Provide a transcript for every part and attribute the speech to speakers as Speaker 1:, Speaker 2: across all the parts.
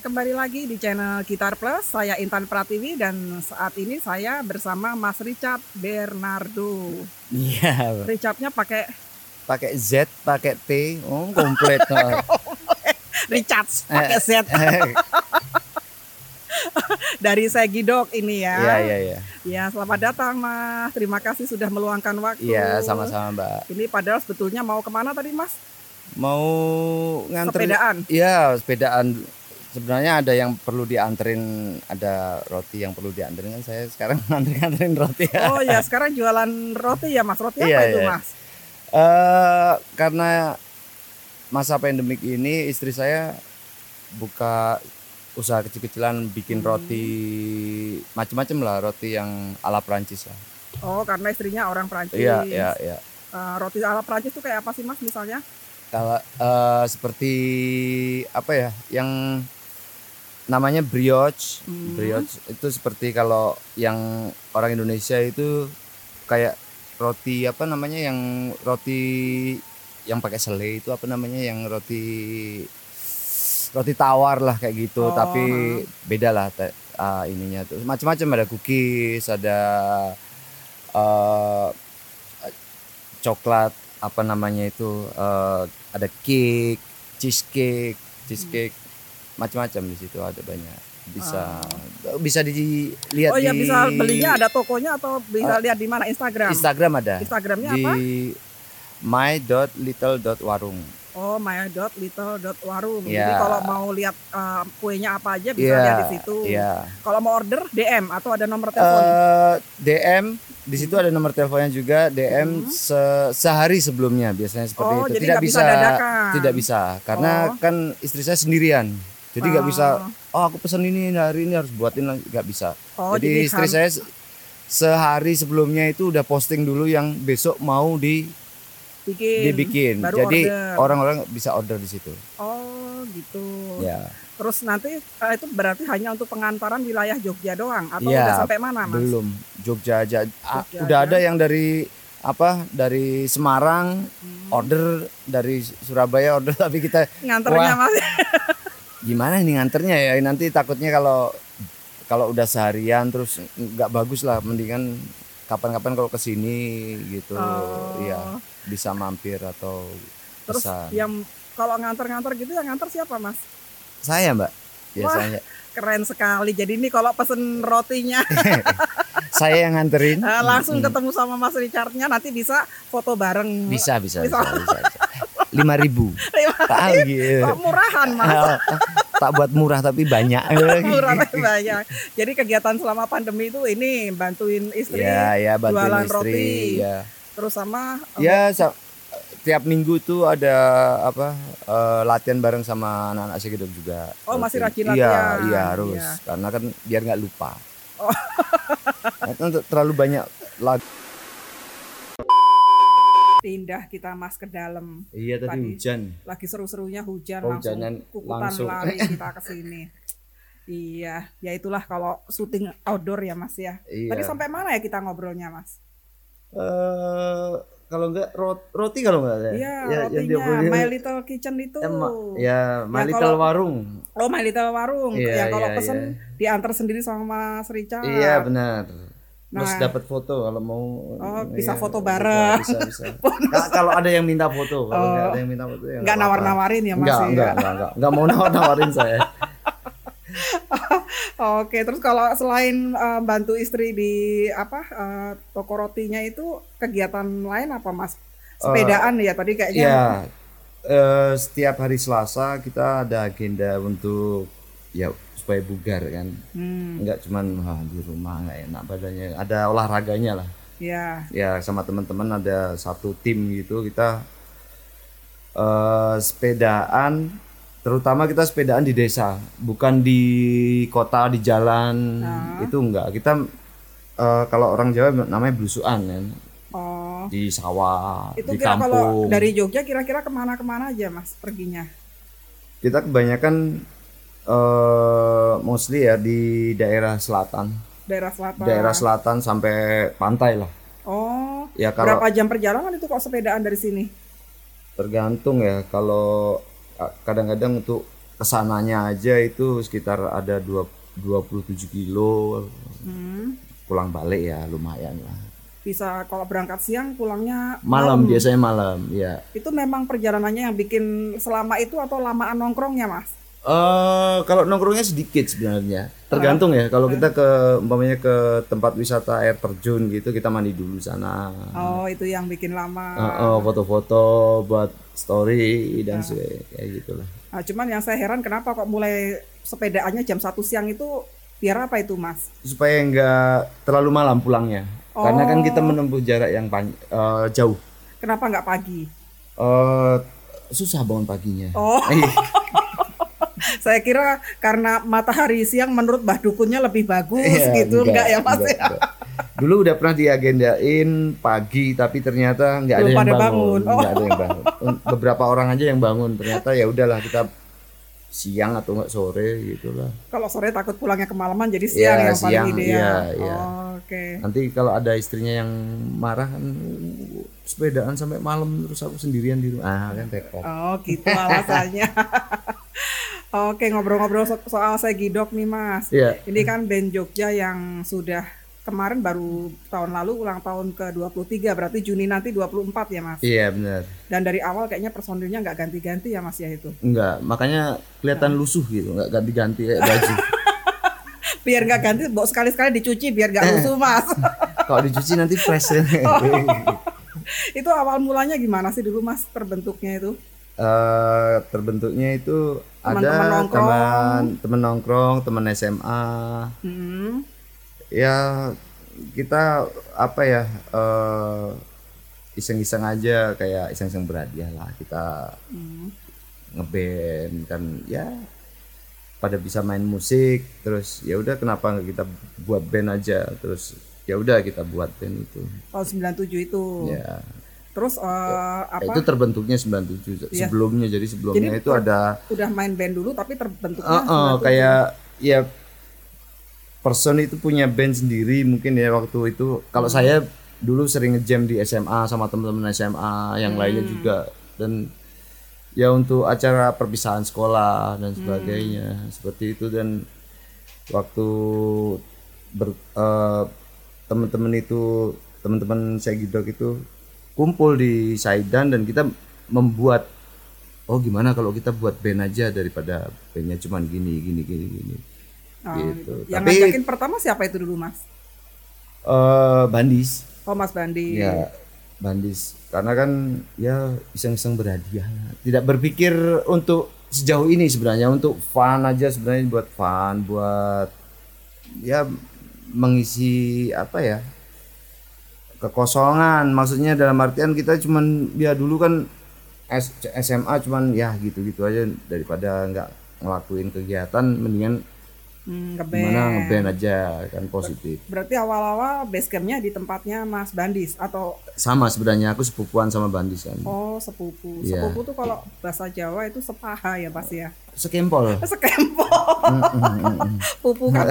Speaker 1: kembali lagi di channel Gitar Plus. Saya Intan Pratiwi dan saat ini saya bersama Mas Richard Bernardo.
Speaker 2: Iya.
Speaker 1: Richardnya pakai
Speaker 2: Z, pakai T, komplit.
Speaker 1: Richard pakai Z. Dari Segidok ini ya.
Speaker 2: Iya.
Speaker 1: Ya, selamat datang Mas. Terima kasih sudah meluangkan waktu.
Speaker 2: Iya, sama-sama Mbak.
Speaker 1: Ini padahal sebetulnya mau kemana tadi Mas?
Speaker 2: Mau nganter.
Speaker 1: Sepedaan?
Speaker 2: Iya, sepedaan. Sebenarnya ada yang perlu dianterin, ada roti yang perlu dianterin, kan saya sekarang nganterin roti.
Speaker 1: Oh ya, sekarang jualan roti ya Mas. Roti apa
Speaker 2: Iya,
Speaker 1: itu
Speaker 2: iya.
Speaker 1: Mas?
Speaker 2: Karena masa pandemik ini istri saya buka usaha kecil-kecilan, bikin roti macam-macam lah, roti yang ala Prancis lah.
Speaker 1: Oh, karena istrinya orang Prancis.
Speaker 2: Iya.
Speaker 1: Roti ala Prancis itu kayak apa sih Mas misalnya?
Speaker 2: Kalau seperti apa ya, yang namanya brioche. Brioche itu seperti kalau yang orang Indonesia itu kayak roti apa namanya, yang roti yang pakai selai itu apa namanya, yang roti tawar lah kayak gitu. Tapi beda lah ininya tuh macam-macam, ada cookies, ada coklat, apa namanya itu, ada cake, cheesecake, macam-macam di situ, ada banyak. Bisa dilihat.
Speaker 1: Oh ya, bisa belinya ada tokonya atau bisa lihat di mana? Instagram ada. Instagramnya
Speaker 2: di
Speaker 1: apa?
Speaker 2: my.little.warung.
Speaker 1: Oh, my.little.warung.
Speaker 2: Ya.
Speaker 1: Jadi kalau mau lihat kuenya apa aja bisa lihat di situ.
Speaker 2: Iya.
Speaker 1: Kalau mau order DM atau ada nomor telepon?
Speaker 2: DM di situ ada nomor teleponnya juga. DM sehari sebelumnya biasanya seperti itu.
Speaker 1: Jadi
Speaker 2: Tidak
Speaker 1: nggak
Speaker 2: bisa
Speaker 1: dadakan.
Speaker 2: Tidak bisa karena kan istri saya sendirian. Jadi nggak bisa. Oh, aku pesan ini hari ini harus buatin, nggak bisa. Jadi istri saya sehari sebelumnya itu udah posting dulu yang besok mau dibikin.
Speaker 1: Baru
Speaker 2: jadi
Speaker 1: order.
Speaker 2: orang-orang bisa order di situ.
Speaker 1: Oh gitu.
Speaker 2: Ya.
Speaker 1: Terus nanti itu berarti hanya untuk pengantaran wilayah Jogja doang atau
Speaker 2: Ya,
Speaker 1: udah sampai mana Mas?
Speaker 2: belum. Jogja aja.
Speaker 1: aja.
Speaker 2: Udah ada yang dari Semarang order, dari Surabaya order, tapi kita
Speaker 1: Nganternya Mas.
Speaker 2: Gimana nih nganternya ya, nanti takutnya kalau udah seharian terus nggak bagus lah, mendingan kapan-kapan kalau kesini gitu. Ya bisa mampir atau
Speaker 1: terus
Speaker 2: pesan.
Speaker 1: Yang kalau nganter-nganter gitu, yang nganter siapa Mas?
Speaker 2: Saya Mbak biasanya.
Speaker 1: Wah, keren sekali. Jadi ini kalau pesen rotinya
Speaker 2: saya yang nganterin.
Speaker 1: langsung ketemu sama Mas Richardnya, nanti bisa foto bareng.
Speaker 2: Bisa. 5.000.
Speaker 1: Murahan Mas.
Speaker 2: Tak buat murah tapi banyak.
Speaker 1: Murah tapi banyak. Jadi kegiatan selama pandemi itu ini bantuin istri,
Speaker 2: ya, bantuin
Speaker 1: jualan
Speaker 2: istri,
Speaker 1: roti.
Speaker 2: ya.
Speaker 1: Terus sama
Speaker 2: tiap minggu tuh ada latihan bareng sama anak-anak Segidok juga.
Speaker 1: Oh, masih rajin latihan.
Speaker 2: Iya harus.
Speaker 1: Iya.
Speaker 2: Karena kan biar nggak lupa. Terlalu banyak lagu.
Speaker 1: Pindah kita Mas ke dalam.
Speaker 2: Iya, tadi hujan.
Speaker 1: Lagi seru-serunya hujan, kukutan
Speaker 2: langsung
Speaker 1: lari kita ke sini. Iya, ya itulah kalau syuting outdoor ya Mas ya.
Speaker 2: Iya.
Speaker 1: Tadi sampai mana ya kita ngobrolnya Mas?
Speaker 2: Kalau enggak roti kalau enggak ya.
Speaker 1: Iya, rotinya My Little Kitchen itu.
Speaker 2: My Little Warung.
Speaker 1: Oh, My Little Warung.
Speaker 2: Iya,
Speaker 1: ya kalau
Speaker 2: iya,
Speaker 1: pesen
Speaker 2: iya.
Speaker 1: diantar sendiri sama Mas Richard.
Speaker 2: Iya, benar. Terus dapat foto kalau mau.
Speaker 1: Oh, bisa foto bareng.
Speaker 2: Bisa. Kalau ada yang minta foto, kalau enggak ada yang minta foto ya
Speaker 1: enggak nawar-nawarin ya Mas.
Speaker 2: Enggak mau nawar-nawarin saya.
Speaker 1: Oke, terus kalau selain bantu istri di toko rotinya itu, kegiatan lain apa Mas? Sepedaan ya tadi kayaknya.
Speaker 2: Iya. Setiap hari Selasa kita ada agenda untuk supaya bugar kan. Enggak cuman di rumah nggak enak badannya, ada olahraganya lah.
Speaker 1: Iya.
Speaker 2: Ya, sama teman-teman ada satu tim gitu, kita sepedaan. Terutama kita sepedaan di desa, bukan di kota, di jalan. Itu enggak. Kita kalau orang Jawa namanya blusukan kan.
Speaker 1: Oh.
Speaker 2: Di sawah,
Speaker 1: itu
Speaker 2: di
Speaker 1: kampung. Kalau
Speaker 2: kampung.
Speaker 1: dari Jogja kira-kira kemana aja Mas perginya?
Speaker 2: Kita kebanyakan mostly ya di daerah selatan. Daerah selatan sampai pantai lah.
Speaker 1: Oh.
Speaker 2: Ya,
Speaker 1: berapa jam perjalanan itu kok sepedaan dari sini?
Speaker 2: Tergantung ya. Kalau kadang-kadang untuk kesananya aja itu sekitar ada 27 kilo. Pulang balik ya lumayan lah.
Speaker 1: Bisa kalau berangkat siang pulangnya
Speaker 2: Malam biasanya malam, ya.
Speaker 1: Itu memang perjalanannya yang bikin selama itu atau lamaan nongkrongnya, Mas?
Speaker 2: Kalau nongkrongnya sedikit sebenarnya, tergantung ya. Kalau kita umpamanya ke tempat wisata air terjun gitu, kita mandi dulu sana.
Speaker 1: Oh, itu yang bikin lama.
Speaker 2: Foto-foto buat story dan kayak gitulah.
Speaker 1: Nah, cuman yang saya heran kenapa kok mulai sepedaannya jam 1 siang itu biar apa itu, Mas?
Speaker 2: Supaya nggak terlalu malam pulangnya, karena kan kita menempuh jarak yang jauh.
Speaker 1: Kenapa nggak pagi?
Speaker 2: Susah bangun paginya.
Speaker 1: Oh. Saya kira karena matahari siang menurut Mbah Dukunnya lebih bagus gitu, enggak ya Mas? Enggak.
Speaker 2: Dulu udah pernah diagendain pagi tapi ternyata nggak ada yang bangun. Nggak ada yang bangun. Beberapa orang aja yang bangun, ternyata ya udahlah kita siang atau nggak sore gitulah.
Speaker 1: Kalau sore takut pulangnya kemalaman jadi siang yang paling ideal.
Speaker 2: Iya. Oke. Nanti kalau ada istrinya yang marah kan sepedaan sampai malam terus aku sendirian di rumah, kan repot.
Speaker 1: Oh gitu alasannya. Oke, ngobrol-ngobrol soal Segidok nih Mas.
Speaker 2: Yeah.
Speaker 1: Ini kan band Jogja yang sudah kemarin baru tahun lalu ulang tahun ke-23, berarti Juni nanti 24 ya Mas?
Speaker 2: Iya benar.
Speaker 1: Dan dari awal kayaknya personilnya nggak ganti-ganti ya Mas ya itu?
Speaker 2: Enggak, makanya kelihatan lusuh gitu, nggak ganti-ganti kayak baju.
Speaker 1: Biar nggak ganti, sekali-sekali dicuci biar nggak lusuh Mas.
Speaker 2: Kalau dicuci nanti fresh.
Speaker 1: Itu awal mulanya gimana sih dulu Mas terbentuknya itu?
Speaker 2: Terbentuknya itu ada teman nongkrong, teman SMA. Ya kita apa ya iseng-iseng aja, kayak iseng-iseng berhadiah lah kita ngeband kan, ya pada bisa main musik, terus ya udah kenapa nggak kita buat band aja, terus ya udah kita buat band itu
Speaker 1: tahun 97 itu
Speaker 2: ya. Terus
Speaker 1: apa?
Speaker 2: Itu terbentuknya 97 ya. Sebelumnya jadi itu ada
Speaker 1: udah main band dulu tapi terbentuknya
Speaker 2: kayak ya person itu punya band sendiri mungkin ya waktu itu. Kalau saya dulu sering ngejam di SMA sama teman-teman SMA yang lainnya juga, dan ya untuk acara perpisahan sekolah dan sebagainya seperti itu. Dan waktu teman-teman Segidok itu kumpul di Saidan dan kita membuat, oh gimana kalau kita buat band aja daripada bandnya cuman gini. Gitu.
Speaker 1: Yang ngajakin pertama siapa itu dulu Mas?
Speaker 2: Bandis.
Speaker 1: Oh Mas Bandis.
Speaker 2: Ya Bandis, karena kan ya iseng-iseng berhadiah, tidak berpikir untuk sejauh ini sebenarnya, untuk fun aja sebenarnya, buat fun, buat ya mengisi apa ya, kekosongan. Maksudnya dalam artian kita cuman ya dulu kan SMA cuman ya gitu-gitu aja, daripada nggak ngelakuin kegiatan mendingan ngeband aja kan, positif.
Speaker 1: Berarti awal-awal base campnya di tempatnya Mas Bandis atau
Speaker 2: sama? Sebenarnya aku sepupuan sama Bandis kan.
Speaker 1: Oh sepupu. Yeah. Sepupu tuh kalau bahasa Jawa itu sepaha ya pasti ya.
Speaker 2: Sekempol.
Speaker 1: Pupu kan.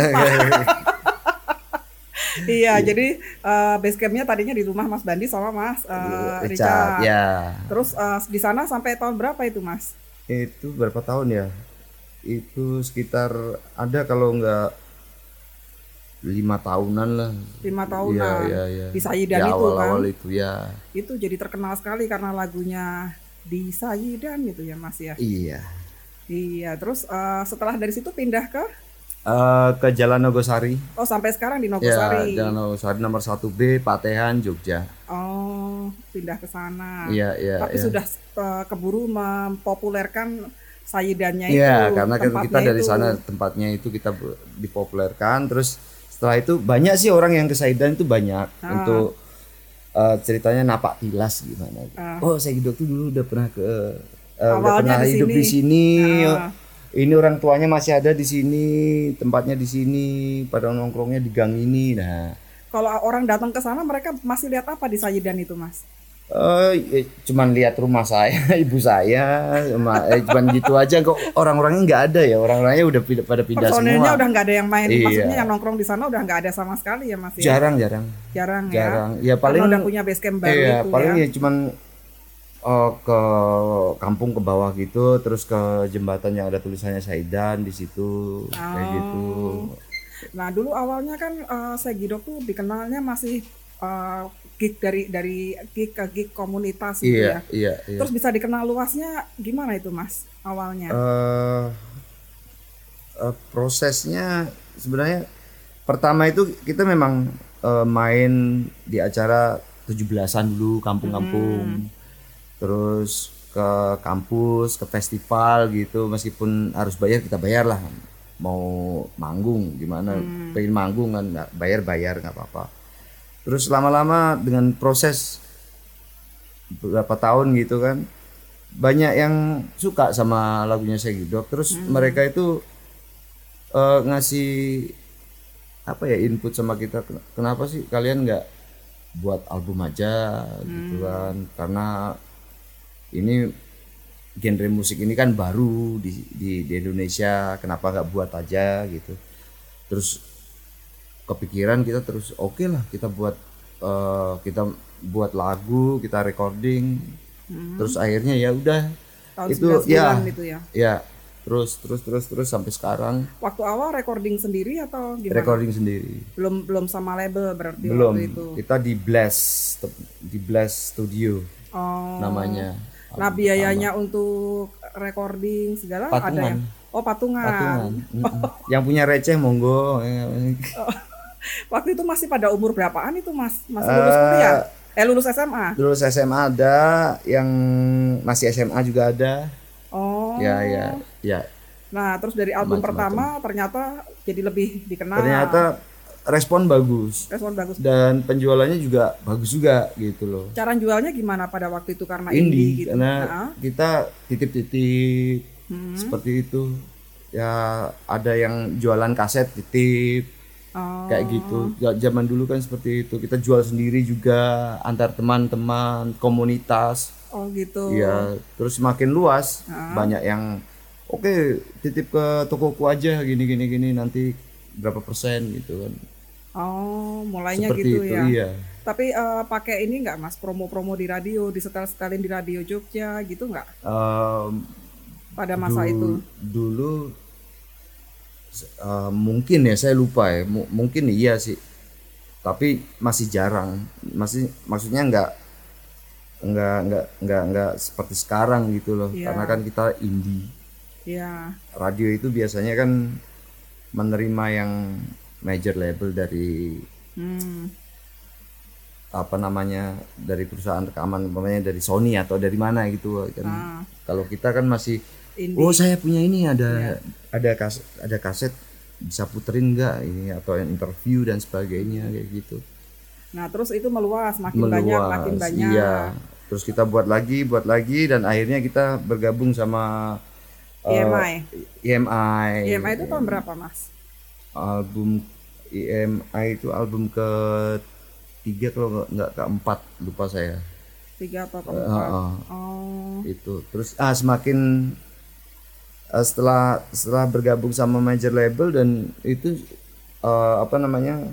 Speaker 1: Iya, jadi base campnya tadinya di rumah Mas Bandi sama Mas Richard.
Speaker 2: Ya.
Speaker 1: Terus di sana sampai tahun berapa itu Mas?
Speaker 2: Itu berapa tahun ya? Itu sekitar ada kalau enggak 5 tahunan lah.
Speaker 1: 5 tahunan.
Speaker 2: Iya.
Speaker 1: Di Sayidan
Speaker 2: ya,
Speaker 1: itu
Speaker 2: awal
Speaker 1: kan.
Speaker 2: Itu ya.
Speaker 1: Itu jadi terkenal sekali karena lagunya di Sayidan gitu ya Mas ya.
Speaker 2: Iya.
Speaker 1: Iya, terus setelah dari situ pindah ke
Speaker 2: Jalan Nogosari.
Speaker 1: Oh, sampai sekarang di Nogosari.
Speaker 2: Ya, Jalan Nogosari nomor 1B, Patehan, Jogja.
Speaker 1: Oh, pindah ke sana.
Speaker 2: Iya.
Speaker 1: Tapi sudah keburu mempopulerkan Sayidannya itu.
Speaker 2: Iya, karena kita dari sana tempatnya itu kita dipopulerkan. Terus setelah itu banyak sih orang yang ke Sayidan itu banyak untuk ceritanya napak tilas gimana. Oh, Segidok tuh dulu udah pernah pernah hidup di sini. Ini orang tuanya masih ada di sini, tempatnya di sini, pada nongkrongnya di gang ini. Nah,
Speaker 1: kalau orang datang ke sana mereka masih lihat apa di Sayidan itu, Mas?
Speaker 2: Cuman lihat rumah saya, ibu saya, cuman gitu aja kok. Orang-orangnya nggak ada ya, orang-orangnya udah pada pindah semua.
Speaker 1: Personilnya udah nggak ada yang main, maksudnya yang nongkrong di sana udah nggak ada sama sekali ya, Mas?
Speaker 2: Jarang.
Speaker 1: Ya.
Speaker 2: Ya paling
Speaker 1: udah punya base camp baru itu.
Speaker 2: Paling ya cuman Oh, ke kampung ke bawah gitu, terus ke jembatan yang ada tulisannya Saidan di situ, kayak gitu.
Speaker 1: Oh. Nah, dulu awalnya kan Segidok tuh dikenalnya masih gig dari gig ke gig komunitas gitu
Speaker 2: Iya,
Speaker 1: ya.
Speaker 2: iya, iya.
Speaker 1: Terus bisa dikenal luasnya gimana itu Mas awalnya?
Speaker 2: eh Prosesnya sebenarnya pertama itu kita memang main di acara 17-an dulu kampung-kampung. Terus ke kampus, ke festival gitu, meskipun harus bayar kita bayar lah. Mau manggung gimana, pengen manggung kan bayar nggak apa-apa. Terus lama-lama dengan proses beberapa tahun gitu kan, banyak yang suka sama lagunya Segidok. Terus mereka itu ngasih apa ya, input sama kita, kenapa sih kalian nggak buat album aja gitu kan, karena ini genre musik ini kan baru di Indonesia, kenapa nggak buat aja gitu. Terus kepikiran kita, terus oke lah kita buat lagu, kita recording. Terus akhirnya ya udah
Speaker 1: Tahun
Speaker 2: itu
Speaker 1: 99
Speaker 2: ya,
Speaker 1: itu ya.
Speaker 2: ya terus sampai sekarang
Speaker 1: Waktu awal recording sendiri atau gimana?
Speaker 2: recording sendiri.
Speaker 1: Belum belum sama label berarti
Speaker 2: Belum,
Speaker 1: waktu itu.
Speaker 2: kita di Blast Studio
Speaker 1: Oh.
Speaker 2: namanya.
Speaker 1: Nah, biayanya untuk recording segala ada
Speaker 2: Patungan.
Speaker 1: ya? Oh, patungan.
Speaker 2: Patungan. Yang punya receh monggo.
Speaker 1: Waktu itu masih pada umur berapaan itu Mas? Masih lulus kuliah? Lulus SMA?
Speaker 2: Dulu SMA ada, yang masih SMA juga ada.
Speaker 1: Oh.
Speaker 2: Ya.
Speaker 1: Nah, terus dari album
Speaker 2: Macam-macam.
Speaker 1: pertama ternyata jadi lebih dikenal.
Speaker 2: Ternyata respon bagus
Speaker 1: Respon bagus.
Speaker 2: dan penjualannya juga bagus juga gitu loh.
Speaker 1: Cara jualnya gimana pada waktu itu karena
Speaker 2: Indie
Speaker 1: indie gitu?
Speaker 2: karena
Speaker 1: Nah,
Speaker 2: kita titip-titip seperti itu. Ya ada yang jualan kaset titip
Speaker 1: oh,
Speaker 2: kayak gitu. Zaman dulu kan seperti itu. Kita jual sendiri juga antar teman-teman, komunitas.
Speaker 1: oh gitu.
Speaker 2: Iya, terus semakin luas, banyak yang oke, titip ke tokoku aja gini nanti berapa persen gitu kan.
Speaker 1: Oh, mulainya
Speaker 2: Seperti
Speaker 1: gitu
Speaker 2: itu,
Speaker 1: ya.
Speaker 2: iya.
Speaker 1: Tapi pakai ini nggak Mas, promo-promo di radio, disetel-setelin di radio Jogja gitu nggak
Speaker 2: Em,
Speaker 1: pada masa itu?
Speaker 2: Dulu mungkin ya, saya lupa ya, mungkin iya sih, tapi masih jarang, maksudnya nggak seperti sekarang gitu loh.
Speaker 1: Iya.
Speaker 2: Karena kan kita indie,
Speaker 1: Ya,
Speaker 2: radio itu biasanya kan menerima yang major label dari apa namanya, dari perusahaan rekaman, umpamanya dari Sony atau dari mana gitu kan. Kalau kita kan masih
Speaker 1: indie.
Speaker 2: oh saya punya ini, ada kaset bisa puterin nggak ini, atau interview dan sebagainya kayak gitu.
Speaker 1: Nah, terus itu meluas, makin banyak, makin banyak.
Speaker 2: Iya. Terus kita buat lagi dan akhirnya kita bergabung sama
Speaker 1: EMI.
Speaker 2: EMI.
Speaker 1: EMI itu tahun berapa Mas?
Speaker 2: Album EMI itu album ke-3 kalau nggak ke-4, lupa saya.
Speaker 1: 3 atau keempat? Oh,
Speaker 2: Itu terus semakin setelah bergabung sama major label, dan itu apa namanya,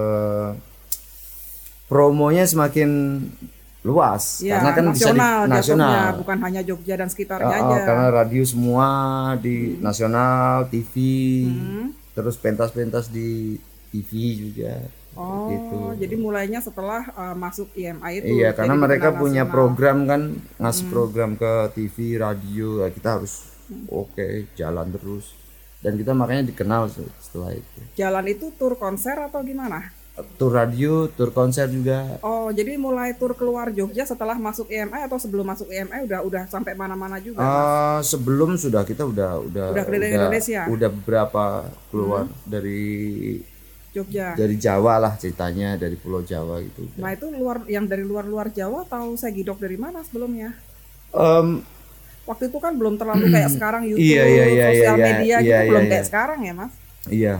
Speaker 2: promonya semakin luas
Speaker 1: ya,
Speaker 2: karena kan bisa di
Speaker 1: nasional, jatuhnya,
Speaker 2: nasional.
Speaker 1: bukan hanya Jogja dan sekitarnya aja.
Speaker 2: Karena radio semua di nasional, TV, terus pentas-pentas di TV juga.
Speaker 1: Oh,
Speaker 2: gitu.
Speaker 1: jadi mulainya setelah masuk IMI itu.
Speaker 2: Iya, karena
Speaker 1: jadi
Speaker 2: mereka
Speaker 1: dikenal
Speaker 2: punya
Speaker 1: nasional.
Speaker 2: program kan, ngasih program ke TV, radio, ya kita harus oke, jalan terus. Dan kita makanya dikenal setelah itu.
Speaker 1: Jalan itu tur konser atau gimana?
Speaker 2: Tur radio, tur konser juga.
Speaker 1: Oh, jadi mulai tur keluar Jogja setelah masuk IMI atau sebelum masuk IMI udah sampai mana-mana juga?
Speaker 2: Sebelum kita udah
Speaker 1: keliling Indonesia?
Speaker 2: Udah beberapa keluar dari
Speaker 1: Jogja.
Speaker 2: Jawa lah ceritanya, dari Pulau Jawa gitu.
Speaker 1: Nah, itu yang dari luar Jawa tahu Segidok dari mana sebelumnya? Waktu itu kan belum terlalu kayak sekarang YouTube,
Speaker 2: Iya,
Speaker 1: sosial media gitu, belum kayak
Speaker 2: iya.
Speaker 1: sekarang ya, Mas?
Speaker 2: Iya,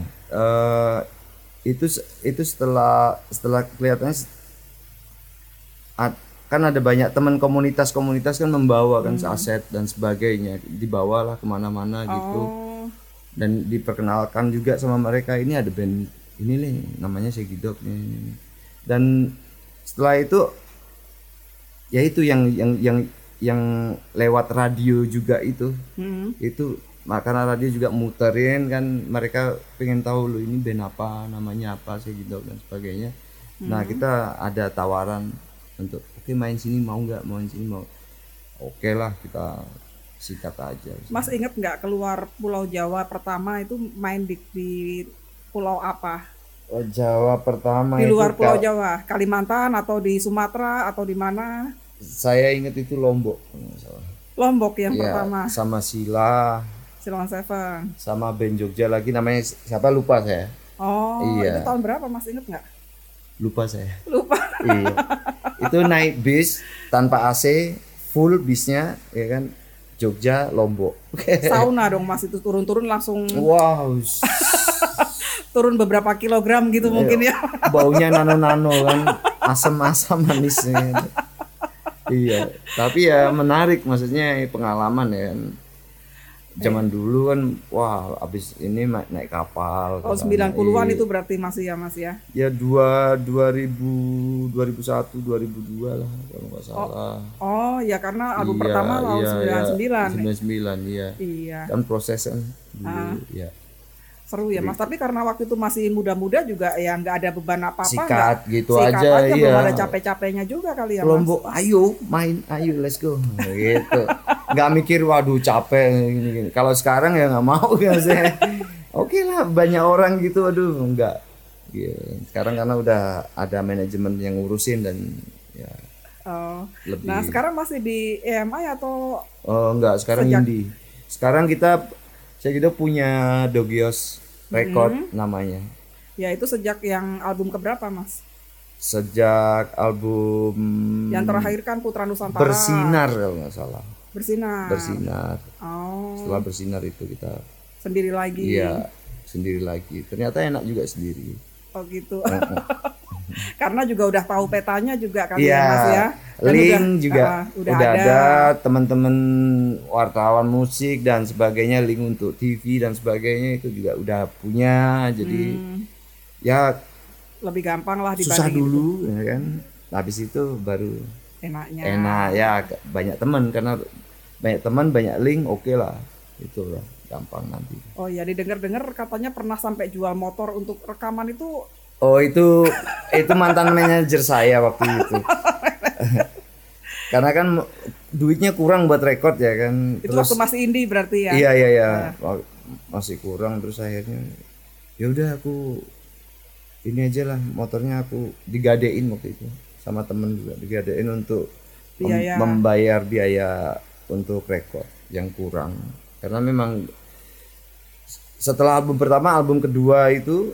Speaker 2: itu setelah kelihatannya kan ada banyak teman komunitas kan membawa kan aset dan sebagainya, dibawalah kemana-mana gitu,
Speaker 1: Oh,
Speaker 2: dan diperkenalkan juga sama mereka, ini ada band ini nih namanya Segidok ini. Dan setelah itu ya itu yang yang lewat radio juga itu.
Speaker 1: Hmm.
Speaker 2: Itu karena radio juga muterin kan, mereka pengen tahu lo ini band apa, namanya apa sih gitu dan sebagainya. Nah kita ada tawaran untuk oke main sini mau nggak, main sini mau, oke lah kita sikat aja.
Speaker 1: Mas inget nggak keluar Pulau Jawa pertama itu main di pulau apa?
Speaker 2: Oh, Jawa pertama
Speaker 1: Di
Speaker 2: itu
Speaker 1: luar Pulau Jawa, Kalimantan atau di Sumatera atau di mana?
Speaker 2: saya ingat itu Lombok kalau nggak salah.
Speaker 1: Lombok yang
Speaker 2: Iya,
Speaker 1: pertama,
Speaker 2: sama Sila,
Speaker 1: Silon Seven.
Speaker 2: sama band Jogja lagi namanya siapa lupa saya.
Speaker 1: Oh,
Speaker 2: Iya.
Speaker 1: itu tahun berapa Mas inget nggak?
Speaker 2: Lupa saya.
Speaker 1: Lupa.
Speaker 2: Iya. Itu naik bis tanpa AC, full bisnya ya kan, Jogja Lombok.
Speaker 1: Sauna dong Mas, itu turun-turun langsung
Speaker 2: Wow,
Speaker 1: turun beberapa kilogram gitu mungkin ya.
Speaker 2: baunya nano-nano kan, asam-asam manisnya. Iya, tapi ya menarik, maksudnya pengalaman ya kan. Zaman dulu kan, wah abis ini naik kapal.
Speaker 1: Tahun
Speaker 2: ke sana.
Speaker 1: 90-an
Speaker 2: Iya.
Speaker 1: itu berarti masih ya Mas ya.
Speaker 2: Ya 2001, 2002 lah kalau nggak salah.
Speaker 1: Oh, ya karena album
Speaker 2: Iya,
Speaker 1: pertama tahun
Speaker 2: iya,
Speaker 1: 99.
Speaker 2: 99 iya.
Speaker 1: Iya.
Speaker 2: Kan proses kan dulu ya.
Speaker 1: Seru ya Mas, tapi karena waktu itu masih muda-muda juga ya nggak ada beban apa-apa,
Speaker 2: Sikat gitu
Speaker 1: sikat
Speaker 2: aja, iya.
Speaker 1: belum ada capek-capeknya juga kali ya Mas.
Speaker 2: Lombok, ayo main, ayo let's go gitu. Nggak mikir waduh capek gini. Kalau sekarang ya nggak mau ya saya. Oke lah, banyak orang gitu, aduh enggak. Gitu. Sekarang karena udah ada manajemen yang ngurusin dan ya
Speaker 1: Oh.
Speaker 2: lebih.
Speaker 1: Nah, sekarang masih di EMI atau
Speaker 2: Oh enggak, sekarang
Speaker 1: Sejak-
Speaker 2: indie. Sekarang saya punya Dogios Record namanya.
Speaker 1: ya itu sejak yang album keberapa Mas?
Speaker 2: Sejak album
Speaker 1: Yang terakhir kan Putra Nusantara.
Speaker 2: Bersinar kalau nggak salah.
Speaker 1: Bersinar.
Speaker 2: Bersinar.
Speaker 1: Oh,
Speaker 2: Setelah Bersinar itu kita
Speaker 1: sendiri lagi.
Speaker 2: iya sendiri lagi. Ternyata enak juga sendiri.
Speaker 1: Oh gitu. Karena juga udah tahu petanya juga kali
Speaker 2: Iya.
Speaker 1: ya Mas ya. Dan
Speaker 2: Link juga
Speaker 1: udah
Speaker 2: udah ada teman-teman wartawan musik dan sebagainya, link untuk TV dan sebagainya itu juga udah punya. Jadi ya
Speaker 1: lebih gampang lah
Speaker 2: susah
Speaker 1: dibanding
Speaker 2: dulu ya kan. Habis itu baru
Speaker 1: enaknya.
Speaker 2: enak ya, banyak teman karena banyak teman banyak link, oke lah itu lah gampang nanti.
Speaker 1: Oh ya, didengar-dengar katanya pernah sampai jual motor untuk rekaman itu.
Speaker 2: Oh itu mantan manajer saya waktu itu. Karena kan duitnya kurang buat rekod ya kan.
Speaker 1: Itu waktu masih indie berarti ya.
Speaker 2: Iya. Masih kurang, terus akhirnya ya udah aku ini aja lah, motornya aku digadein waktu itu sama temen juga, digadein untuk
Speaker 1: Biaya.
Speaker 2: membayar biaya untuk rekod yang kurang. Karena memang setelah album pertama, album kedua itu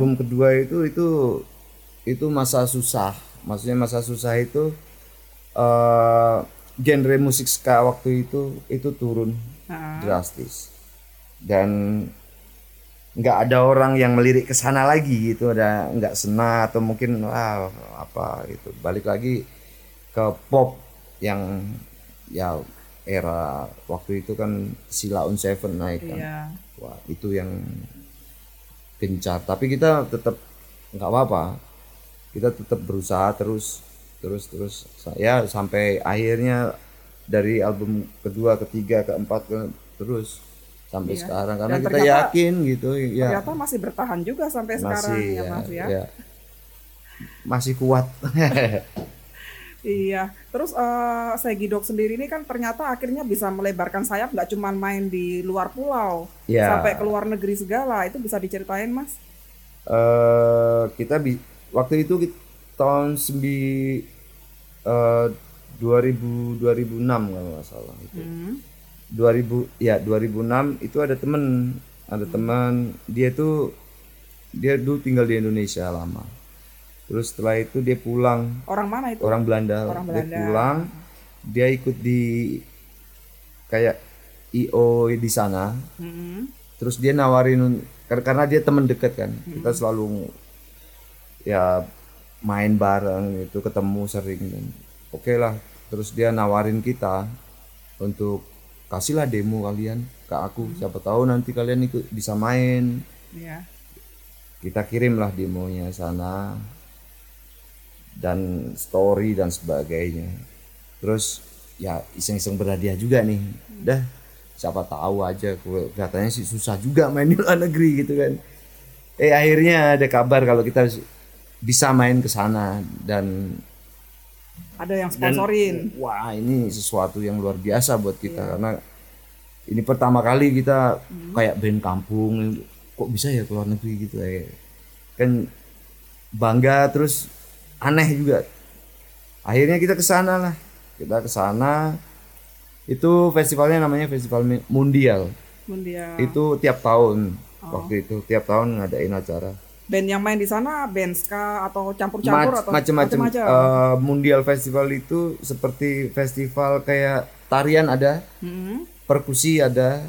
Speaker 2: masa susah. Maksudnya masa susah itu genre musik ska waktu itu turun drastis. Dan nggak ada orang yang melirik ke sana lagi gitu, ada nggak sena atau mungkin apa gitu, balik lagi ke pop yang ya era waktu itu kan Sheila on 7 naik kan.
Speaker 1: Iya.
Speaker 2: Wah itu yang gencar, tapi kita tetap nggak apa-apa, kita tetap berusaha terus ya sampai akhirnya dari album kedua, ketiga, keempat terus sampai sekarang karena
Speaker 1: Dan
Speaker 2: kita
Speaker 1: ternyata-
Speaker 2: yakin gitu ya
Speaker 1: Ternyata masih bertahan juga sampai sekarang ya Mas ya.
Speaker 2: masih kuat.
Speaker 1: Iya. Terus Segidok sendiri ini kan ternyata akhirnya bisa melebarkan sayap, nggak cuma main di luar pulau,
Speaker 2: Ya.
Speaker 1: sampai ke luar negeri segala. Itu bisa diceritain Mas?
Speaker 2: Waktu itu tahun 2006 kalau nggak salah itu. 2006 itu ada teman dia dulu tinggal di Indonesia lama. Terus setelah itu dia pulang,
Speaker 1: Orang mana itu?
Speaker 2: orang Belanda.
Speaker 1: Orang
Speaker 2: Dia
Speaker 1: Belanda.
Speaker 2: pulang, dia ikut di kayak IO di sana.
Speaker 1: Mm-mm.
Speaker 2: Terus dia nawarin karena dia teman dekat kan, kita selalu ya main bareng gitu, ketemu sering dan oke lah. Terus dia nawarin kita untuk kasihlah demo kalian ke aku, siapa tahu nanti kalian ikut bisa main.
Speaker 1: Iya.
Speaker 2: Kita kirimlah demonya sana dan story dan sebagainya. Terus ya iseng-iseng berhadiah juga nih. Dah siapa tahu aja, katanya sih susah juga main di luar negeri gitu kan. Akhirnya ada kabar kalau kita bisa main ke sana dan
Speaker 1: Ada yang sponsorin.
Speaker 2: wah ini sesuatu yang luar biasa buat kita karena ini pertama kali kita kayak band kampung, kok bisa ya ke luar negeri gitu ya. Kan bangga terus aneh juga. Akhirnya kita ke sana lah. Kita ke sana. Itu festivalnya namanya Festival Mundial.
Speaker 1: Mundial.
Speaker 2: Itu tiap tahun. Waktu itu tiap tahun ngadain acara.
Speaker 1: Band yang main di sana band ska atau campur-campur atau
Speaker 2: Macam-macam.
Speaker 1: macam-macam?
Speaker 2: Mundial Festival itu seperti festival kayak tarian ada, perkusi ada,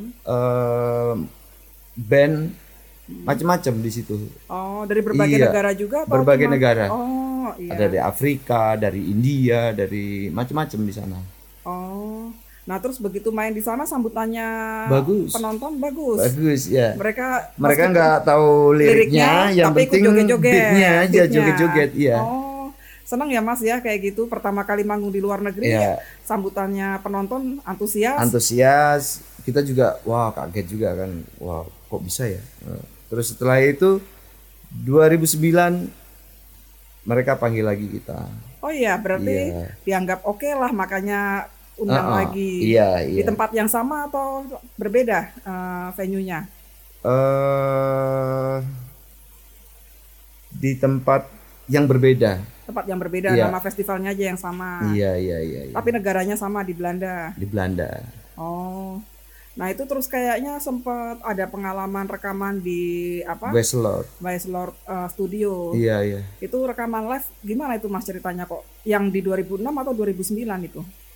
Speaker 2: band macam-macam di situ.
Speaker 1: Oh, dari berbagai
Speaker 2: Iya,
Speaker 1: negara juga atau
Speaker 2: berbagai
Speaker 1: cuma-
Speaker 2: negara.
Speaker 1: Oh, iya.
Speaker 2: Ada dari Afrika, dari India, dari macam-macam di sana.
Speaker 1: Oh. Nah, terus begitu main di sana sambutannya
Speaker 2: Bagus.
Speaker 1: penonton bagus.
Speaker 2: Bagus ya.
Speaker 1: Mereka
Speaker 2: Mereka nggak tahu liriknya, yang
Speaker 1: tapi ikut
Speaker 2: penting
Speaker 1: joget-joget.
Speaker 2: beatnya aja,
Speaker 1: Beatnya.
Speaker 2: joget-joget. Iya.
Speaker 1: Oh, senang ya Mas ya kayak gitu. Pertama kali manggung di luar negeri,
Speaker 2: Iya.
Speaker 1: sambutannya penonton antusias.
Speaker 2: Antusias, kita juga wah kaget juga kan, wah kok bisa ya. Terus setelah itu 2009 mereka panggil lagi kita.
Speaker 1: Oh iya, berarti
Speaker 2: Iya.
Speaker 1: dianggap oke lah, makanya undang lagi.
Speaker 2: Iya,
Speaker 1: Di
Speaker 2: iya.
Speaker 1: tempat yang sama atau berbeda venue-nya?
Speaker 2: eh di tempat yang berbeda.
Speaker 1: Tempat yang berbeda,
Speaker 2: Iya.
Speaker 1: nama festivalnya aja yang sama.
Speaker 2: Iya, iya, iya, iya.
Speaker 1: Tapi negaranya sama di Belanda.
Speaker 2: Di Belanda.
Speaker 1: Oh. Nah, itu terus kayaknya sempat ada pengalaman rekaman di apa?
Speaker 2: Westlord.
Speaker 1: Westlord Studio.
Speaker 2: Iya, iya.
Speaker 1: Itu rekaman live gimana itu Mas ceritanya kok? Yang di 2006 atau 2009 itu?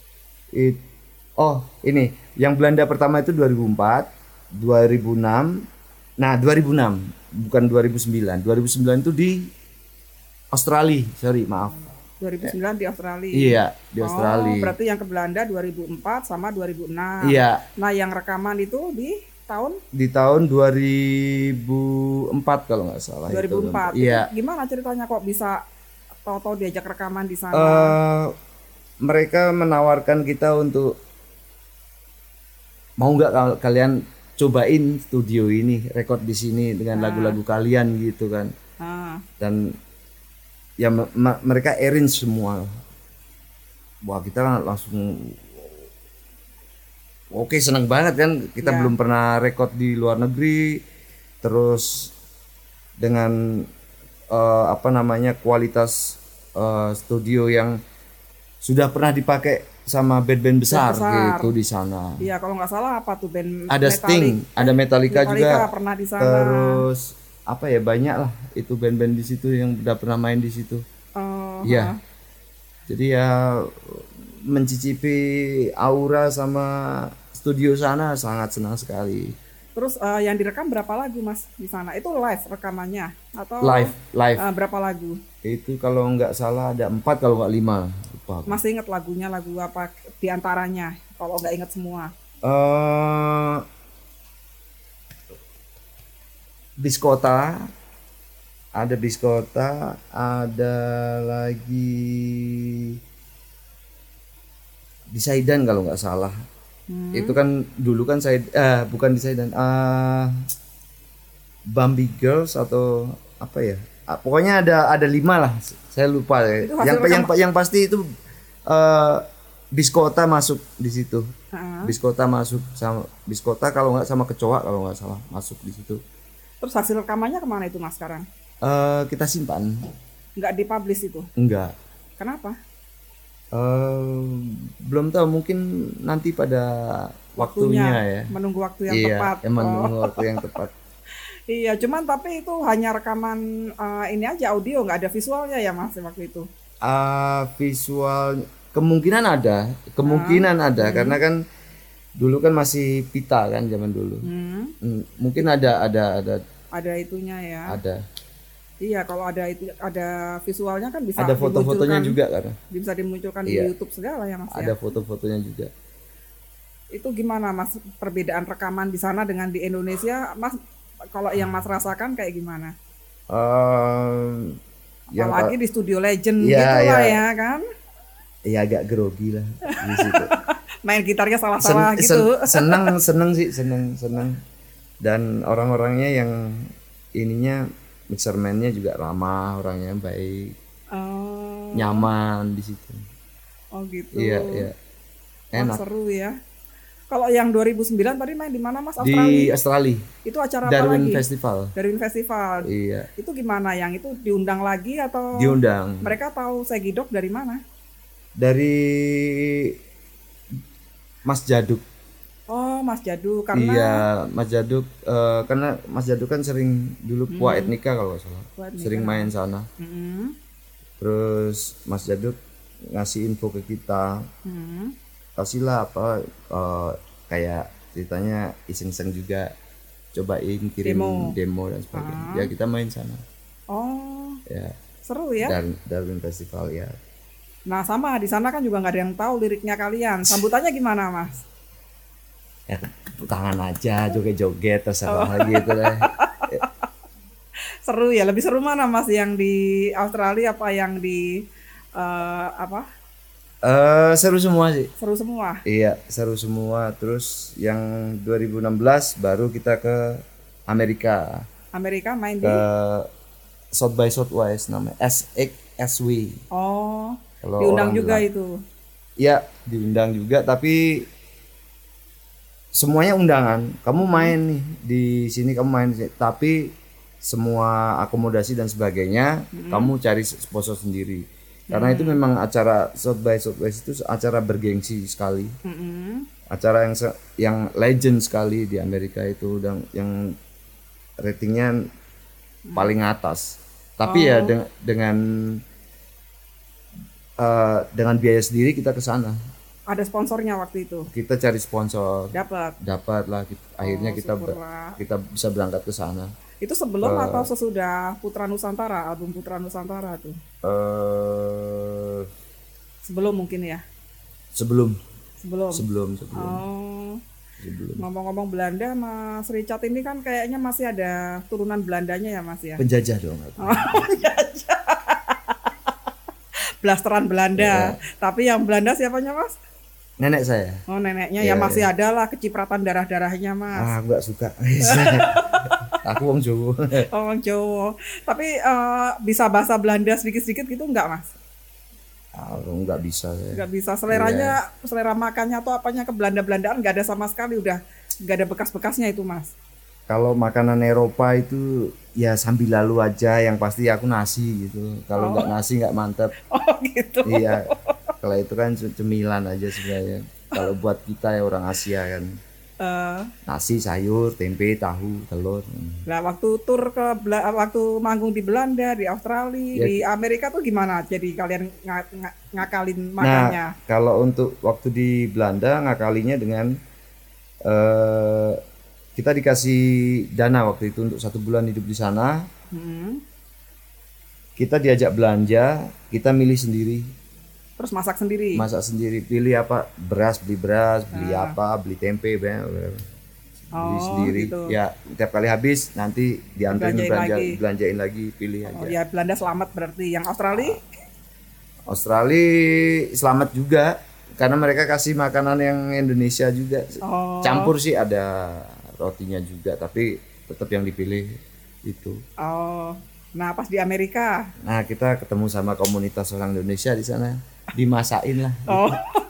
Speaker 2: Ini yang Belanda pertama itu 2004, 2006. Nah, 2006 bukan 2009. 2009 itu di Australia, maaf.
Speaker 1: 2009 di Australia.
Speaker 2: Iya, di Australia.
Speaker 1: Oh, berarti yang ke Belanda 2004 sama 2006.
Speaker 2: Iya,
Speaker 1: Nah, yang rekaman itu di tahun
Speaker 2: di tahun 2004 kalau nggak salah.
Speaker 1: 2004.
Speaker 2: Itu. Iya.
Speaker 1: Itu gimana ceritanya kok bisa tahu-tahu diajak rekaman di sana?
Speaker 2: Mereka menawarkan kita untuk mau nggak kalian cobain studio ini, rekod di sini dengan lagu-lagu kalian gitu kan. Dan ya mereka arrange semua. Wah, kita langsung oke, senang banget kan, kita belum pernah rekod di luar negeri, terus dengan kualitas studio yang sudah pernah dipakai sama band-band besar gitu di sana.
Speaker 1: Iya, kalau nggak salah apa tuh band
Speaker 2: Ada Sting, ada Metallica juga.
Speaker 1: Pernah di sana.
Speaker 2: Terus banyak lah itu band-band di situ yang udah pernah main di situ. Iya. Jadi ya mencicipi aura sama studio sana sangat senang sekali.
Speaker 1: Terus yang direkam berapa lagu Mas di sana? Itu live rekamannya atau
Speaker 2: Live.
Speaker 1: berapa lagu?
Speaker 2: Itu kalau nggak salah ada 4 kalau nggak 5. Lupa.
Speaker 1: Masih ingat lagunya, lagu apa di antaranya? Kalau nggak ingat semua.
Speaker 2: Biskota, ada lagi di Saidan kalau nggak salah. Itu kan dulu kan saya bukan di Saidan, Bambi Girls atau apa ya? Pokoknya ada 5 lah, saya lupa ya. Yang pasti itu Biskota masuk di situ. Biskota masuk sama Biskota kalau nggak sama Kecoa kalau nggak salah masuk di situ.
Speaker 1: Terus hasil rekamannya kemana itu Mas sekarang?
Speaker 2: Kita simpan.
Speaker 1: Nggak dipublish itu?
Speaker 2: Enggak.
Speaker 1: Kenapa?
Speaker 2: Belum tahu, mungkin nanti pada waktunya ya.
Speaker 1: Menunggu waktu yang
Speaker 2: Iya,
Speaker 1: tepat.
Speaker 2: menunggu waktu yang tepat.
Speaker 1: Iya, cuman tapi itu hanya rekaman ini aja audio, nggak ada visualnya ya Mas waktu itu?
Speaker 2: Visual kemungkinan ada karena kan dulu kan masih pita kan zaman dulu. Mungkin ada
Speaker 1: itunya ya.
Speaker 2: Ada.
Speaker 1: Iya, kalau ada itu ada visualnya kan bisa
Speaker 2: Ada foto-fotonya juga kan.
Speaker 1: Bisa dimunculkan
Speaker 2: Iya.
Speaker 1: di YouTube segala ya Mas ya.
Speaker 2: Ada foto-fotonya juga.
Speaker 1: Itu gimana Mas perbedaan rekaman di sana dengan di Indonesia, Mas? Kalau yang Mas rasakan kayak gimana?
Speaker 2: Yang
Speaker 1: Apalagi di Studio Legend
Speaker 2: Iya,
Speaker 1: gitu lah
Speaker 2: iya.
Speaker 1: ya kan?
Speaker 2: ya agak grogi lah di situ.
Speaker 1: Main gitarnya salah-salah gitu.
Speaker 2: Seneng sih, seneng. Dan orang-orangnya yang ininya mixerman-nya juga ramah, orangnya baik,
Speaker 1: Oh,
Speaker 2: nyaman di situ.
Speaker 1: oh gitu.
Speaker 2: Iya, iya.
Speaker 1: Wah,
Speaker 2: Enak.
Speaker 1: seru ya. Kalau yang 2009 tadi main di mana Mas?
Speaker 2: Di
Speaker 1: Australia?
Speaker 2: Australia,
Speaker 1: Itu acara apa
Speaker 2: Darwin
Speaker 1: lagi?
Speaker 2: Festival.
Speaker 1: Darwin Festival.
Speaker 2: Iya,
Speaker 1: Itu gimana? Yang itu diundang lagi atau
Speaker 2: diundang
Speaker 1: mereka tahu Segidok dari mana?
Speaker 2: dari Mas Jaduk.
Speaker 1: Oh, Mas Jadu karena
Speaker 2: Iya, Mas Jaduk, karena Mas Jaduk kan sering dulu Pua Etnika kalau nggak salah,
Speaker 1: Pua Etnika.
Speaker 2: sering main sana.
Speaker 1: Mm-mm.
Speaker 2: Terus Mas Jaduk ngasih info ke kita,
Speaker 1: Mm.
Speaker 2: kasihlah apa, kayak ceritanya iseng-iseng juga, cobain kirim
Speaker 1: Demo.
Speaker 2: demo dan sebagainya. Ya kita main sana,
Speaker 1: Oh,
Speaker 2: ya.
Speaker 1: seru ya.
Speaker 2: Dan Darwin Festival ya.
Speaker 1: Nah, sama di sana kan juga nggak ada yang tahu liriknya kalian. Sambutannya gimana, Mas?
Speaker 2: Ya tepuk tangan aja, joget-joget terserah gitu deh.
Speaker 1: Seru ya. Lebih seru mana, Mas? Yang di Australia apa yang di apa?
Speaker 2: Seru semua sih.
Speaker 1: Seru semua.
Speaker 2: Iya, seru semua. Terus yang 2016 baru kita ke Amerika,
Speaker 1: Amerika main di
Speaker 2: ke South by Southwest namanya, SXSW.
Speaker 1: Oh,
Speaker 2: Kalau
Speaker 1: diundang
Speaker 2: orang
Speaker 1: juga
Speaker 2: bilang.
Speaker 1: itu.
Speaker 2: Ya, diundang juga, tapi semuanya undangan. Kamu main nih di sini, kamu main di sini. Tapi semua akomodasi dan sebagainya kamu cari sponsor sendiri. Karena itu memang acara South by Southwest itu acara bergengsi sekali.
Speaker 1: Mm-mm.
Speaker 2: Acara yang legend sekali di Amerika itu, dan yang ratingnya paling atas. Tapi ya dengan biaya sendiri kita ke sana.
Speaker 1: Ada sponsornya waktu itu.
Speaker 2: Kita cari sponsor,
Speaker 1: Dapat.
Speaker 2: dapat lah. Akhirnya
Speaker 1: Syukurlah.
Speaker 2: kita bisa berangkat ke sana.
Speaker 1: Itu sebelum atau sesudah Putra Nusantara, album Putra Nusantara tuh?
Speaker 2: eh
Speaker 1: Sebelum mungkin ya.
Speaker 2: sebelum
Speaker 1: Sebelum.
Speaker 2: sebelum
Speaker 1: Oh,
Speaker 2: sebelum
Speaker 1: ngomong-ngomong Belanda, Mas Richard ini kan kayaknya masih ada turunan Belandanya ya, Mas ya.
Speaker 2: penjajah dong aku.
Speaker 1: Blasteran Belanda. Tapi yang Belanda siapanya, Mas?
Speaker 2: Nenek saya.
Speaker 1: Oh, neneknya
Speaker 2: Iya,
Speaker 1: ya masih ada lah kecipratan darah-darahnya, Mas.
Speaker 2: Aku nggak suka. Aku wong Jawa.
Speaker 1: Orang Jawa. Tapi bisa bahasa Belanda sedikit-sedikit gitu enggak, Mas?
Speaker 2: Aku nggak bisa saya.
Speaker 1: Enggak bisa. Seleranya, selera makannya atau apanya ke Belanda-Belandaan enggak ada sama sekali, udah enggak ada bekas-bekasnya itu, Mas.
Speaker 2: Kalau makanan Eropa itu ya sambil lalu aja, yang pasti aku nasi gitu. Kalau nggak nasi nggak mantep.
Speaker 1: Oh, gitu.
Speaker 2: Iya. Kalau itu kan cemilan aja sebenarnya. Kalau buat kita ya orang Asia kan,
Speaker 1: Eh,
Speaker 2: nasi, sayur, tempe, tahu, telur.
Speaker 1: Nah, waktu tur ke waktu manggung di Belanda, di Australia,
Speaker 2: Ya.
Speaker 1: di Amerika tuh gimana? Jadi kalian ngakalin
Speaker 2: Nah,
Speaker 1: makannya?
Speaker 2: kalau untuk waktu di Belanda ngakalinya dengan eh kita dikasih dana waktu itu untuk 1 bulan hidup di sana.
Speaker 1: Hmm.
Speaker 2: Kita diajak belanja, kita milih sendiri,
Speaker 1: Terus masak sendiri.
Speaker 2: masak sendiri, pilih apa, beli beras, beli apa, beli tempe, beli
Speaker 1: Oh,
Speaker 2: sendiri.
Speaker 1: gitu.
Speaker 2: Ya, tiap kali habis nanti dianterin
Speaker 1: Belanjain
Speaker 2: belanjain lagi, pilih aja.
Speaker 1: Oh ya, Belanda selamat berarti. Yang Australia?
Speaker 2: Australia selamat juga karena mereka kasih makanan yang Indonesia juga.
Speaker 1: Oh.
Speaker 2: Campur sih, ada rotinya juga, tapi tetap yang dipilih itu.
Speaker 1: Oh. Nah, pas di Amerika.
Speaker 2: Nah, kita ketemu sama komunitas orang Indonesia di sana, dimasakin lah.
Speaker 1: Oh.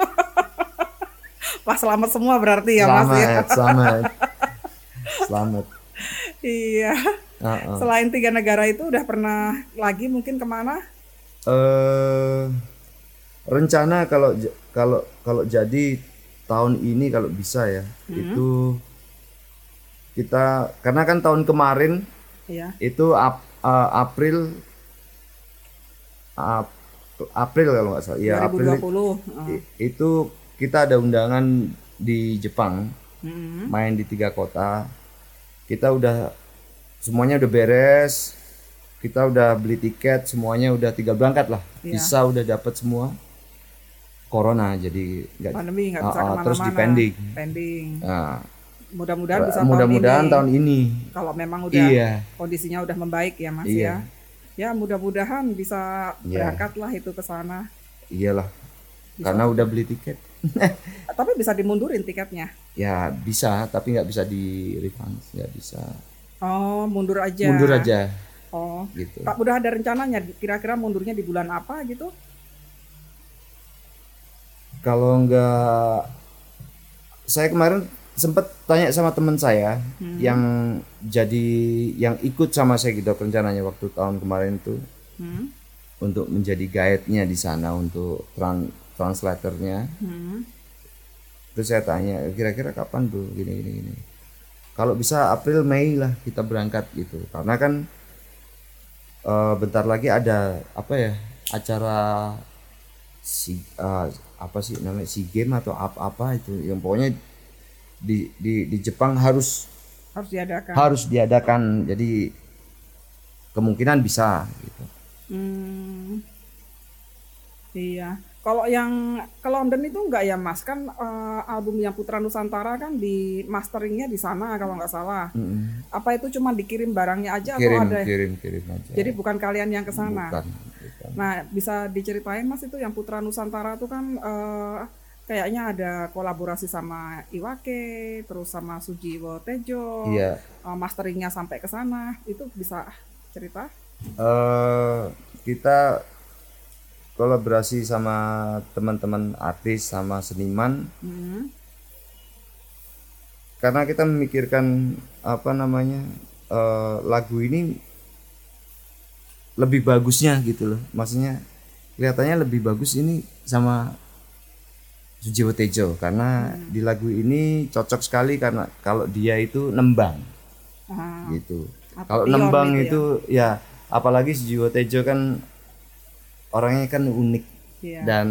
Speaker 1: Wah, selamat semua berarti ya, Mas ya.
Speaker 2: Selamat.
Speaker 1: Iya.
Speaker 2: Uh-uh.
Speaker 1: Selain 3 negara itu udah pernah lagi mungkin kemana?
Speaker 2: Rencana kalau jadi tahun ini kalau bisa ya, itu kita, karena kan tahun kemarin
Speaker 1: Iya.
Speaker 2: itu April kalau nggak salah, ya April
Speaker 1: 2020.
Speaker 2: itu kita ada undangan di Jepang,
Speaker 1: Mm-mm.
Speaker 2: main di 3 kota. Kita udah semuanya udah beres, kita udah beli tiket, semuanya udah tinggal berangkat lah.
Speaker 1: Iya.
Speaker 2: Visa udah dapat semua. Corona jadi nggak,
Speaker 1: Pandemi nggak bisa kemana-mana.
Speaker 2: terus dipending.
Speaker 1: Pending.
Speaker 2: Nah,
Speaker 1: Mudah-mudahan bisa
Speaker 2: mudah-mudahan tahun ini.
Speaker 1: Kalau memang udah
Speaker 2: Iya.
Speaker 1: kondisinya udah membaik ya, Mas
Speaker 2: Iya.
Speaker 1: ya. Ya, mudah-mudahan bisa
Speaker 2: Iya.
Speaker 1: berangkat lah itu ke sana.
Speaker 2: Iyalah. karena udah beli tiket.
Speaker 1: Tapi bisa dimundurin tiketnya.
Speaker 2: Ya bisa, tapi nggak bisa di refund, nggak bisa.
Speaker 1: Oh, mundur aja.
Speaker 2: Mundur aja
Speaker 1: Oh,
Speaker 2: gitu.
Speaker 1: Pak udah ada rencananya kira-kira mundurnya di bulan apa gitu?
Speaker 2: Kalau nggak, saya kemarin sempat tanya sama teman saya yang jadi yang ikut sama saya gitu rencananya waktu tahun kemarin itu
Speaker 1: Hmm.
Speaker 2: untuk menjadi guide-nya di sana untuk translatornya. Terus saya tanya kira-kira kapan tuh gini. Kalau bisa April Mei lah kita berangkat gitu. Karena kan bentar lagi ada apa ya acara apa sih namanya SEA Games atau apa itu yang pokoknya di Jepang harus
Speaker 1: Harus diadakan.
Speaker 2: Jadi kemungkinan bisa gitu.
Speaker 1: Hmm, iya. Kalau yang ke London itu enggak ya Mas? Kan album yang Putra Nusantara kan di masteringnya di sana kalau nggak salah. Apa itu cuma dikirim barangnya aja atau ada?
Speaker 2: Kirim aja.
Speaker 1: Jadi bukan kalian yang ke sana.
Speaker 2: Bukan.
Speaker 1: Nah, bisa diceritain Mas itu yang Putra Nusantara itu kan kayaknya ada kolaborasi sama Iwake, terus sama Sujiwo Tejo.
Speaker 2: Iya.
Speaker 1: Masteringnya sampai ke sana. Itu bisa cerita?
Speaker 2: Kita kolaborasi sama teman-teman artis sama seniman karena kita memikirkan apa namanya lagu ini lebih bagusnya gitu loh, maksudnya kelihatannya lebih bagus ini sama Sujiwo Tejo karena di lagu ini cocok sekali karena kalau dia itu nembang gitu. Kalau nembang itu ya apalagi Sujiwo Tejo kan orangnya kan unik dan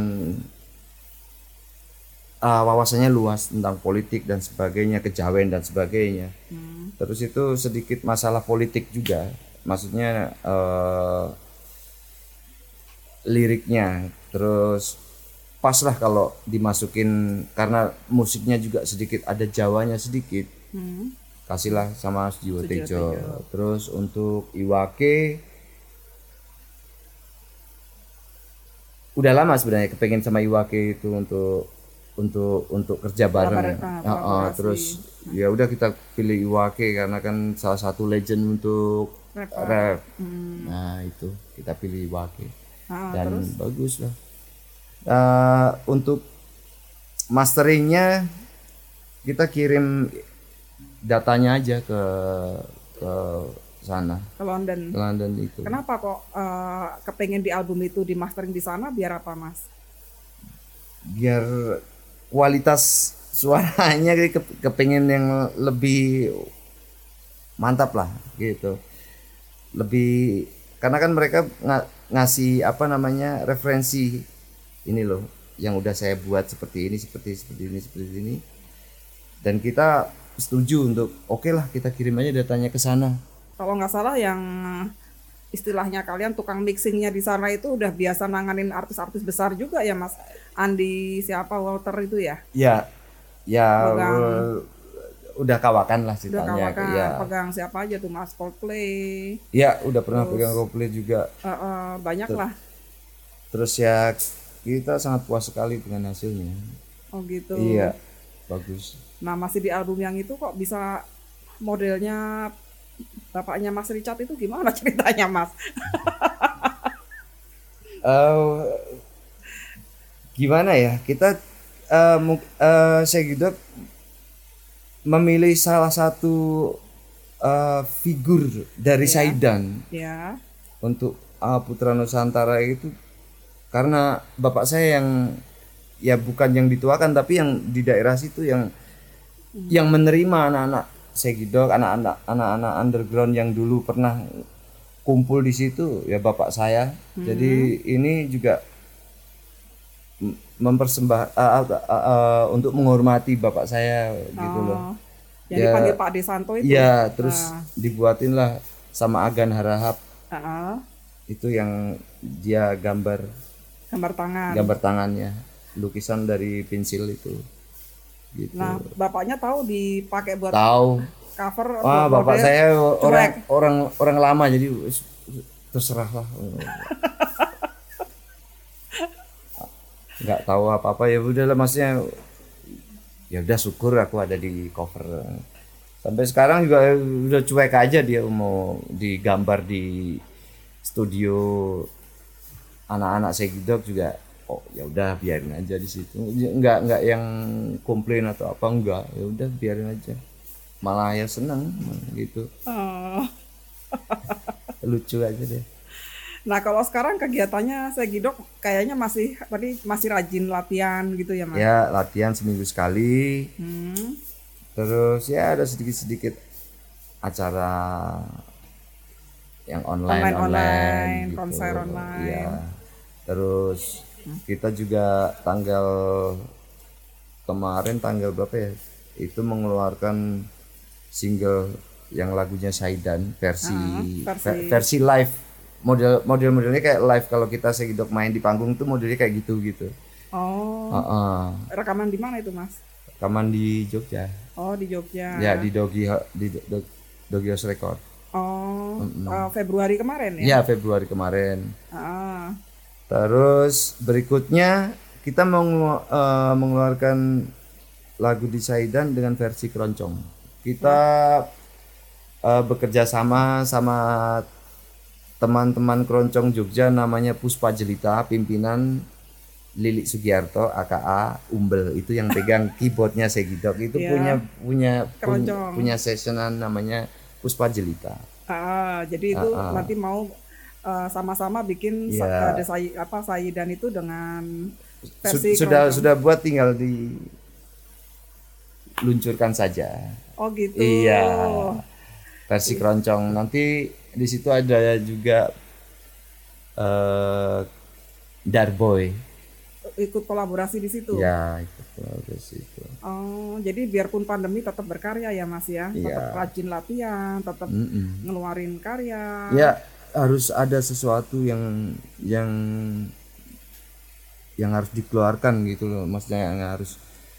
Speaker 2: wawasannya luas tentang politik dan sebagainya, kejawen dan sebagainya. Terus itu sedikit masalah politik juga, maksudnya liriknya terus pas lah kalau dimasukin karena musiknya juga sedikit ada Jawanya sedikit. Kasihlah sama Sujiwo Tejo. Terus untuk Iwake udah lama sebenarnya kepengen sama Iwake itu untuk kerja bareng. Terus ya udah kita pilih Iwake karena kan salah satu legend untuk rap. Nah itu kita pilih Iwake dan terus? Bagus lah. Untuk masteringnya kita kirim datanya aja ke sana. Ke London itu.
Speaker 1: Kenapa kok kepengen di album itu di mastering di sana biar apa Mas?
Speaker 2: Biar kualitas suaranya kepengen yang lebih mantap lah gitu. Lebih karena kan mereka ngasih apa namanya referensi ini loh yang udah saya buat seperti ini seperti ini dan kita setuju untuk oke lah kita kirim aja datanya ke sana.
Speaker 1: Kalau nggak salah yang istilahnya kalian tukang mixingnya di sana itu udah biasa nanganin artis-artis besar juga ya Mas. Andi siapa Walter itu ya?
Speaker 2: Ya udah kawakan lah ceritanya.
Speaker 1: Pegang siapa aja tuh Mas Coldplay.
Speaker 2: Ya udah pernah pegang Coldplay juga.
Speaker 1: Banyak lah.
Speaker 2: Terus ya kita sangat puas sekali dengan hasilnya.
Speaker 1: Oh gitu.
Speaker 2: Iya bagus.
Speaker 1: Nah masih di album yang itu kok bisa modelnya bapaknya Mas Richard itu gimana ceritanya Mas?
Speaker 2: Gimana ya kita saya gitu memilih salah satu figur dari Saidan untuk Putra Nusantara itu karena bapak saya yang ya bukan yang dituakan tapi yang di daerah situ yang menerima anak-anak Segidok, anak-anak underground yang dulu pernah kumpul di situ ya bapak saya. Jadi ini juga untuk menghormati bapak saya gitu loh.
Speaker 1: Yang dipanggil Pak Desanto itu.
Speaker 2: Ya, terus dibuatin lah sama Agan Harahap. Itu yang dia gambar tangannya, lukisan dari pensil itu. Gitu.
Speaker 1: Nah, bapaknya tahu dipakai buat cover.
Speaker 2: Wah, bapak saya orang lama jadi terserah lah. nggak tahu apa-apa, ya udahlah, maksudnya ya udah syukur aku ada di cover. Sampai sekarang juga udah cuek aja dia mau digambar di studio anak-anak Segidok juga. Oh ya udah biarin aja di situ. Nggak yang komplain atau apa, enggak. Ya udah biarin aja. Malah ya senang gitu.
Speaker 1: Oh.
Speaker 2: Lucu aja deh.
Speaker 1: Nah, kalau sekarang kegiatannya Segidok kayaknya masih rajin latihan gitu ya, Mas?
Speaker 2: Ya latihan seminggu sekali.
Speaker 1: Hmm.
Speaker 2: Terus ya ada sedikit-sedikit acara yang online gitu.
Speaker 1: Konser online.
Speaker 2: Iya. Terus kita juga kemarin tanggal berapa ya? Itu mengeluarkan single yang lagunya Saidan versi live. Modelnya kayak live, kalau kita Segidok main di panggung tuh modelnya kayak gitu.
Speaker 1: Oh. Rekaman di mana itu, Mas?
Speaker 2: Rekaman di Jogja.
Speaker 1: Oh, di Jogja.
Speaker 2: Ya, di Dogi House Record.
Speaker 1: Oh, Februari kemarin ya?
Speaker 2: Ya, Februari kemarin.
Speaker 1: Ah.
Speaker 2: Terus berikutnya kita mau mengeluarkan lagu di Saidan dengan versi keroncong. Kita bekerja sama teman-teman keroncong Jogja, namanya Puspa Jelita, pimpinan Lilik Sugiarto aka Umbel, itu yang pegang keyboardnya Segidok. Itu punya sessionan namanya Puspa Jelita.
Speaker 1: Jadi itu nanti mau sama-sama bikin ada Saidan itu dengan versi
Speaker 2: sudah buat, tinggal diluncurkan saja.
Speaker 1: Oh gitu.
Speaker 2: Iya. Versi keroncong. Nanti di situ ada juga Darboy
Speaker 1: ikut kolaborasi di situ.
Speaker 2: Ya, ikut kolaborasi itu.
Speaker 1: Oh, jadi biarpun pandemi tetap berkarya ya, Mas ya. Tetap rajin latihan, tetap ngeluarin karya.
Speaker 2: Ya, harus ada sesuatu yang harus dikeluarkan gitu loh. Maksudnya yang harus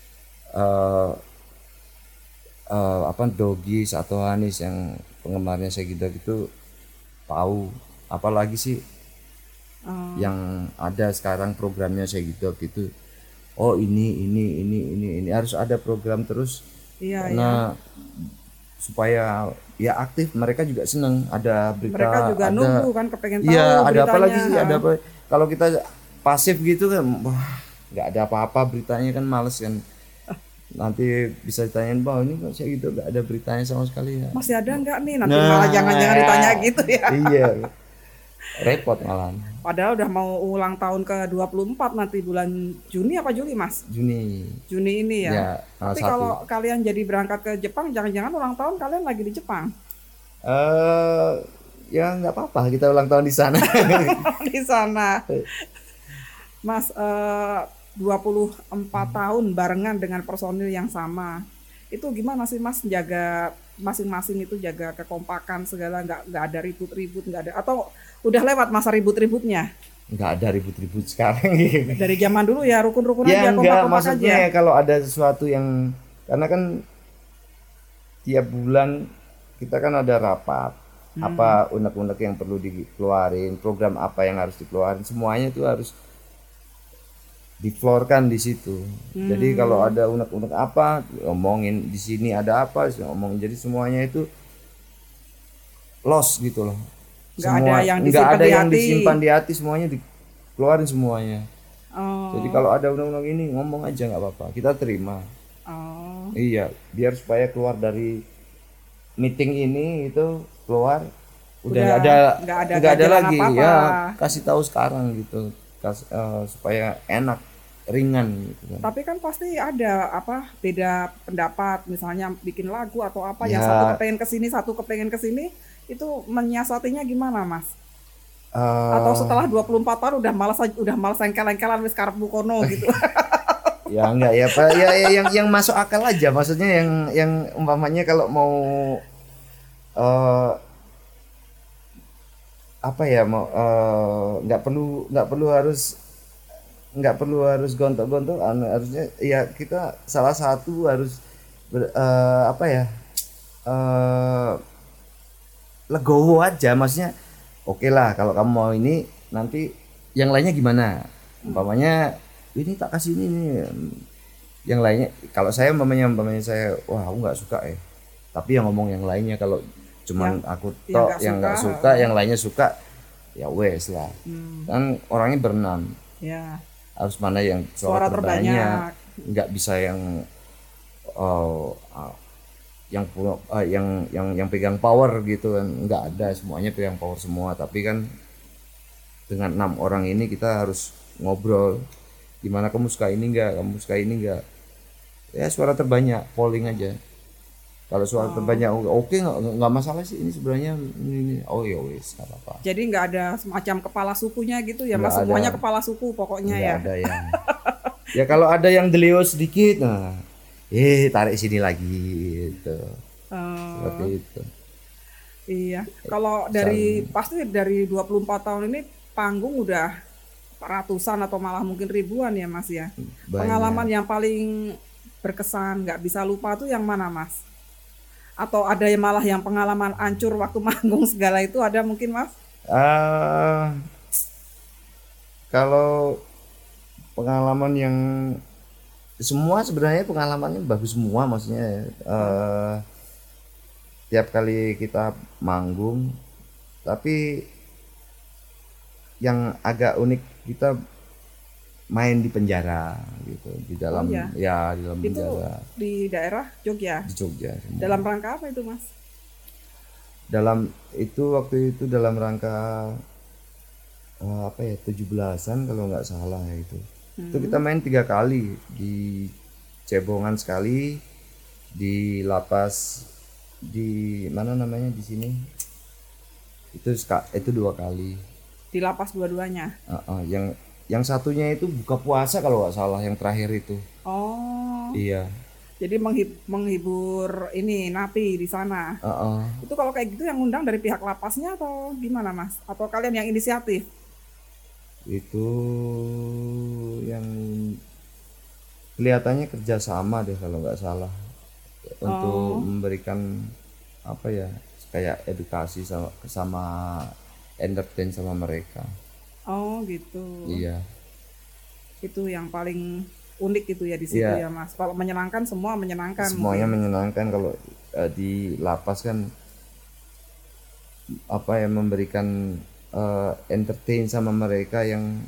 Speaker 2: Dogis atau Hanis yang penggemarnya Segidok itu tahu, apalagi sih yang ada sekarang programnya Segidok gitu. Oh ini harus ada program terus.
Speaker 1: Iya,
Speaker 2: karena supaya ya aktif, mereka juga seneng ada berita.
Speaker 1: Mereka juga nunggu kan, kepengen tahu.
Speaker 2: Iya, ada
Speaker 1: beritanya.
Speaker 2: apa lagi sih? Ada apa? Kalau kita pasif gitu kan, nggak ada apa-apa beritanya kan, males kan. Nanti bisa ditanyain, bahwa ini kok saya gitu nggak ada beritanya sama sekali ya.
Speaker 1: Masih ada nggak nih? Nanti malah jangan-jangan ditanya gitu ya.
Speaker 2: Iya, repot malah.
Speaker 1: Padahal udah mau ulang tahun ke-24 nanti bulan Juni apa Juli, Mas? Juni ini ya.
Speaker 2: Ya,
Speaker 1: tapi kalau kalian jadi berangkat ke Jepang, jangan-jangan ulang tahun kalian lagi di Jepang?
Speaker 2: Ya nggak apa-apa, kita ulang tahun di sana.
Speaker 1: Di sana. Mas, 24 tahun barengan dengan personil yang sama. Itu gimana sih, Mas, jaga masing-masing itu, jaga kekompakan segala, nggak ada ribut-ribut, nggak ada, atau udah lewat masa ribut-ributnya?
Speaker 2: Nggak ada ribut-ribut sekarang.
Speaker 1: Dari zaman dulu ya rukun-rukun
Speaker 2: ya,
Speaker 1: aja, kompak-kompak aja.
Speaker 2: Maksudnya kalau ada sesuatu yang, karena kan tiap bulan kita kan ada rapat, apa unek-unek yang perlu dikeluarin, program apa yang harus dikeluarin, semuanya itu harus diflorkan di situ. Jadi kalau ada unek-unek apa, ngomongin di sini ada apa, ngomongin. Jadi semuanya itu lost gitu loh.
Speaker 1: Nggak ada yang
Speaker 2: disimpan di hati, semuanya dikeluarin semuanya. Jadi kalau ada unek-unek ini, ngomong aja nggak apa-apa, kita terima. Iya, biar supaya keluar dari meeting ini itu keluar udah nggak ada lagi apa-apa. Ya kasih tahu sekarang gitu. Supaya enak, ringan gitu kan.
Speaker 1: Tapi kan pasti ada beda pendapat, misalnya bikin lagu atau apa, yang satu kepengen kesini, satu kepengen kesini, itu menyiasatinya gimana, Mas? Atau setelah 24 tahun udah malas engkel-engkelan wis karep bukono gitu.
Speaker 2: Ya enggak ya Pak, ya yang masuk akal aja, maksudnya yang umpamanya kalau mau nggak perlu harus gontok-gontok, harusnya ya kita salah satu harus legowo aja, maksudnya oke lah kalau kamu mau ini, nanti yang lainnya gimana, umpamanya ini tak kasih ini. Yang lainnya kalau saya umpamanya saya wah aku nggak suka tapi yang ngomong yang lainnya, kalau cuman aku tok yang nggak suka, yang lainnya suka, ya wes lah. Kan orangnya berenam,
Speaker 1: ya
Speaker 2: harus mana yang suara terbanyak, nggak bisa yang yang pegang power gitu kan, nggak ada, semuanya pegang power semua. Tapi kan dengan 6 orang ini kita harus ngobrol, gimana kamu suka ini enggak, kamu suka ini enggak, ya suara terbanyak, polling aja. Kalau suara terbanyak oke, nggak masalah sih, ini sebenarnya ini oh ya wis nggak apa-apa.
Speaker 1: Jadi nggak ada semacam kepala sukunya gitu ya Mas, semuanya kepala suku pokoknya
Speaker 2: nggak
Speaker 1: ya.
Speaker 2: Ada yang ya kalau ada yang delio sedikit, nah tarik sini lagi gitu. Seperti itu.
Speaker 1: Iya, kalau pasti dari 24 tahun ini panggung udah ratusan atau malah mungkin ribuan ya Mas ya. Banyak. Pengalaman yang paling berkesan nggak bisa lupa tuh yang mana Mas? Atau ada yang malah yang pengalaman hancur waktu manggung segala itu ada mungkin Mas?
Speaker 2: Kalau pengalaman yang semua sebenarnya pengalamannya bagus semua, maksudnya tiap kali kita manggung, tapi yang agak unik kita main di penjara gitu, di dalam di dalam
Speaker 1: itu
Speaker 2: penjara
Speaker 1: di daerah Jogja.
Speaker 2: Di Jogja. Semua.
Speaker 1: Dalam rangka apa itu Mas?
Speaker 2: Waktu itu dalam rangka 17-an kalau nggak salah itu. Itu kita main 3 kali, di Cebongan sekali, di lapas di mana namanya di sini itu 2 kali.
Speaker 1: Di lapas dua-duanya.
Speaker 2: Yang satunya itu buka puasa kalau nggak salah, yang terakhir itu.
Speaker 1: Oh.
Speaker 2: Iya.
Speaker 1: Jadi menghibur ini napi di sana. Itu kalau kayak gitu yang undang dari pihak lapasnya atau gimana Mas? Atau kalian yang inisiatif?
Speaker 2: Itu yang kelihatannya kerjasama deh kalau nggak salah, untuk memberikan kayak edukasi sama entertain sama mereka. Oh gitu. Iya.
Speaker 1: Itu yang paling unik itu ya di situ ya Mas. Kalau menyenangkan semua menyenangkan.
Speaker 2: Semuanya menyenangkan. Kalau di lapas kan memberikan entertain sama mereka yang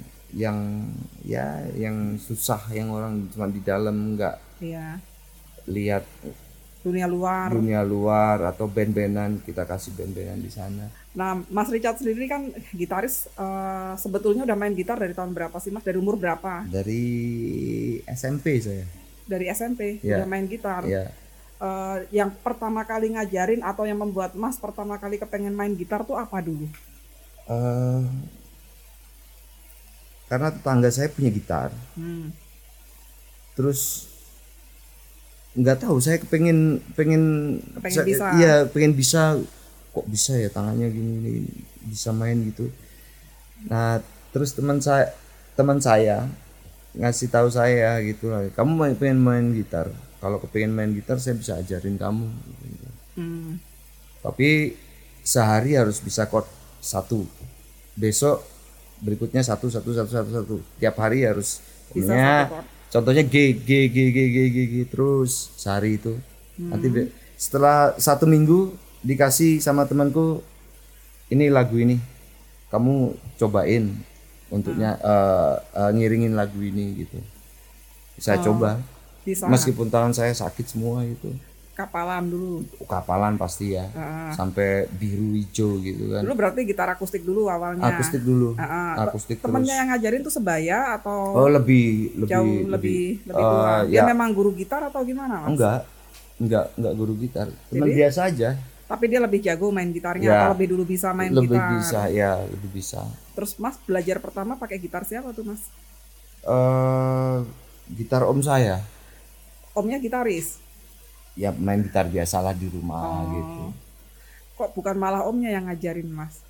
Speaker 2: susah, yang orang cuma di dalam nggak lihat dunia luar atau band-bandan, kita kasih band-bandan di sana.
Speaker 1: Nah, Mas Richard sendiri kan gitaris, sebetulnya udah main gitar dari tahun berapa sih Mas? Dari umur berapa?
Speaker 2: Dari SMP saya.
Speaker 1: Dari SMP udah main gitar. Yang pertama kali ngajarin atau yang membuat Mas pertama kali kepengen main gitar tuh apa dulu?
Speaker 2: Karena tetangga saya punya gitar. Terus nggak tahu, saya pengen
Speaker 1: bisa.
Speaker 2: Iya, pengen bisa. Kok bisa ya tangannya gini bisa main gitu. Nah, terus teman saya ngasih tahu saya gitu, kamu pengen main gitar, kalau kepengen main gitar saya bisa ajarin kamu gitu. Tapi sehari harus bisa chord 1, besok berikutnya 1 tiap hari harus punya, contohnya G terus sehari itu. Nanti setelah 1 minggu dikasih sama temanku, ini lagu ini kamu cobain untuknya ngiringin lagu ini gitu. Saya coba meskipun tangan saya sakit semua itu. Kapalan pasti ya, sampai biru hijau gitu kan.
Speaker 1: Dulu berarti gitar akustik dulu awalnya.
Speaker 2: Akustik dulu. Akustik
Speaker 1: temennya yang ngajarin tuh sebaya atau
Speaker 2: lebih
Speaker 1: tua. Dia memang guru gitar atau gimana Mas?
Speaker 2: Enggak guru gitar, teman biasa aja.
Speaker 1: Tapi dia lebih jago main gitarnya atau lebih dulu bisa main gitar?
Speaker 2: Lebih bisa.
Speaker 1: Terus Mas belajar pertama pakai gitar siapa tuh Mas?
Speaker 2: Gitar om saya.
Speaker 1: Omnya gitaris?
Speaker 2: Ya main gitar biasalah di rumah gitu.
Speaker 1: Kok bukan malah omnya yang ngajarin Mas?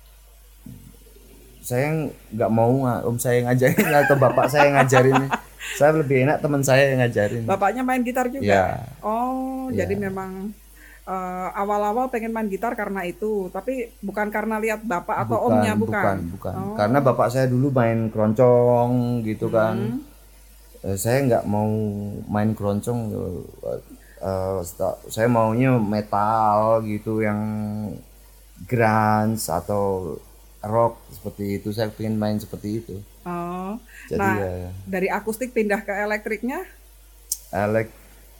Speaker 2: Saya nggak mau om saya ngajarin atau bapak saya ngajarin. Saya lebih enak teman saya yang ngajarin.
Speaker 1: Bapaknya main gitar juga? Jadi memang awal-awal pengen main gitar karena itu, tapi bukan karena lihat bapak atau omnya, bukan.
Speaker 2: Karena bapak saya dulu main keroncong gitu kan. Saya nggak mau main keroncong, saya maunya metal gitu yang grunge atau rock seperti itu. Saya pengen main seperti itu.
Speaker 1: Oh.
Speaker 2: Jadi
Speaker 1: Nah,
Speaker 2: ya
Speaker 1: dari akustik pindah ke elektriknya
Speaker 2: elek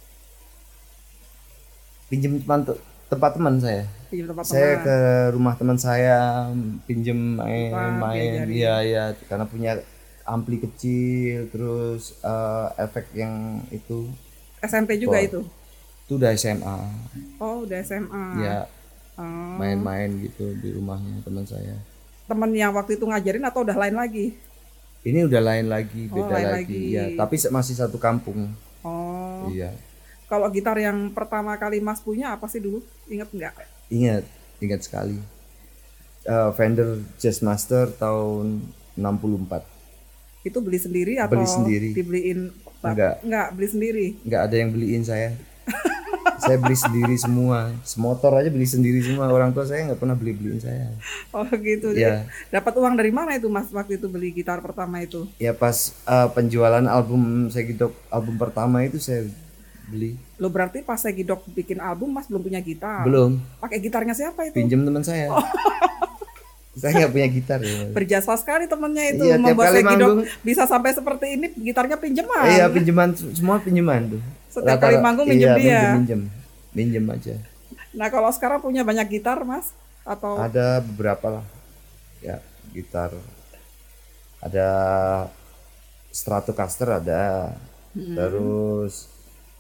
Speaker 2: pinjem tempat teman saya.
Speaker 1: di tempat
Speaker 2: Saya
Speaker 1: teman.
Speaker 2: ke rumah teman saya pinjem
Speaker 1: Wah,
Speaker 2: main-main,
Speaker 1: diajarin.
Speaker 2: iya iya, karena punya ampli kecil, terus efek yang itu.
Speaker 1: SMP juga
Speaker 2: Wah,
Speaker 1: itu.
Speaker 2: itu udah SMA.
Speaker 1: Oh, udah SMA.
Speaker 2: Ya
Speaker 1: Oh.
Speaker 2: main-main gitu di rumahnya teman saya.
Speaker 1: Temen yang waktu itu ngajarin atau udah lain lagi?
Speaker 2: Ini udah lain lagi,
Speaker 1: Oh,
Speaker 2: beda
Speaker 1: lain
Speaker 2: lagi.
Speaker 1: lagi.
Speaker 2: Ya, tapi masih satu kampung.
Speaker 1: Oh.
Speaker 2: Iya.
Speaker 1: Kalau gitar yang pertama kali Mas punya apa sih dulu? Ingat nggak?
Speaker 2: Ingat sekali. Fender Jazzmaster tahun 64.
Speaker 1: Itu beli sendiri atau
Speaker 2: Beli sendiri.
Speaker 1: dibeliin?
Speaker 2: Enggak,
Speaker 1: beli sendiri.
Speaker 2: nggak ada yang beliin saya. Saya beli sendiri semua. Semotor aja beli sendiri semua. Orang tua saya nggak pernah beliin saya.
Speaker 1: Oh gitu.
Speaker 2: Iya.
Speaker 1: Dapat uang dari mana itu Mas waktu itu beli gitar pertama itu?
Speaker 2: Ya pas penjualan album saya gitu, album pertama itu saya beli.
Speaker 1: Lo berarti pas Segidok bikin album Mas belum punya gitar?
Speaker 2: Belum.
Speaker 1: Pakai gitarnya siapa itu?
Speaker 2: Pinjem teman saya. Saya nggak punya gitar ya.
Speaker 1: Berjasa sekali temennya itu,
Speaker 2: Iya, tiap
Speaker 1: membuat
Speaker 2: kali
Speaker 1: Segidok
Speaker 2: manggung.
Speaker 1: bisa sampai seperti ini, gitarnya pinjaman.
Speaker 2: Iya, pinjaman, semua pinjaman tuh.
Speaker 1: Setiap kali manggung minjem dia.
Speaker 2: Minjem aja.
Speaker 1: Nah kalau sekarang punya banyak gitar Mas? Atau
Speaker 2: Ada beberapa lah. Ya, gitar. Ada Stratocaster ada. Terus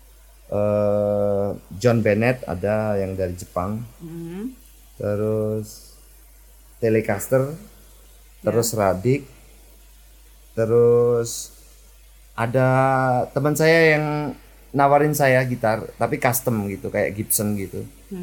Speaker 2: John Bennett ada yang dari Jepang. Terus Telecaster, terus Radic, terus ada teman saya yang nawarin saya gitar tapi custom gitu kayak Gibson gitu.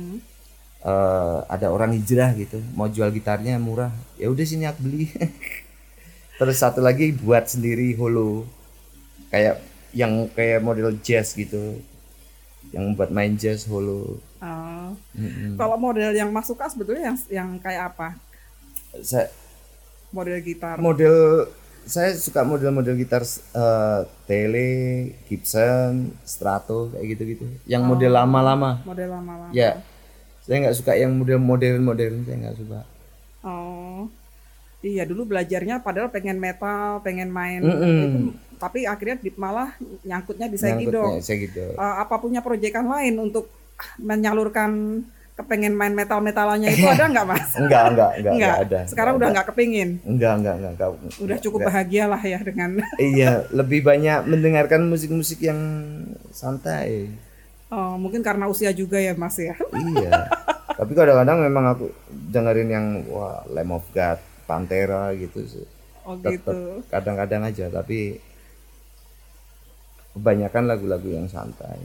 Speaker 2: Ada orang hijrah gitu mau jual gitarnya murah, ya udah sini aku beli. Terus satu lagi buat sendiri holo kayak yang kayak model jazz gitu, yang buat main jazz holo.
Speaker 1: kalau model yang Mas suka sebetulnya yang kayak apa?
Speaker 2: Saya
Speaker 1: Model gitar.
Speaker 2: saya suka model-model gitar Tele, Gibson, Strato kayak gitu-gitu. Yang model lama-lama.
Speaker 1: Model lama-lama.
Speaker 2: Ya, saya nggak suka yang model modern, saya nggak suka.
Speaker 1: Oh, iya dulu belajarnya padahal pengen metal, pengen main itu, tapi akhirnya malah nyangkutnya di Segidok.
Speaker 2: Saya gitu.
Speaker 1: Apa punya proyekan lain untuk menyalurkan kepengen main metal-metalannya itu ada nggak Mas?
Speaker 2: Enggak ada.
Speaker 1: Sekarang udah nggak kepingin.
Speaker 2: Enggak.
Speaker 1: Udah cukup bahagia lah ya dengan.
Speaker 2: Iya, lebih banyak mendengarkan musik-musik yang santai.
Speaker 1: Oh, mungkin karena usia juga ya Mas ya.
Speaker 2: Iya. Tapi kadang-kadang memang aku dengerin yang Lamb of God, Pantera gitu sih.
Speaker 1: Oh
Speaker 2: Tetep
Speaker 1: gitu.
Speaker 2: kadang-kadang aja, tapi kebanyakan lagu-lagu yang santai.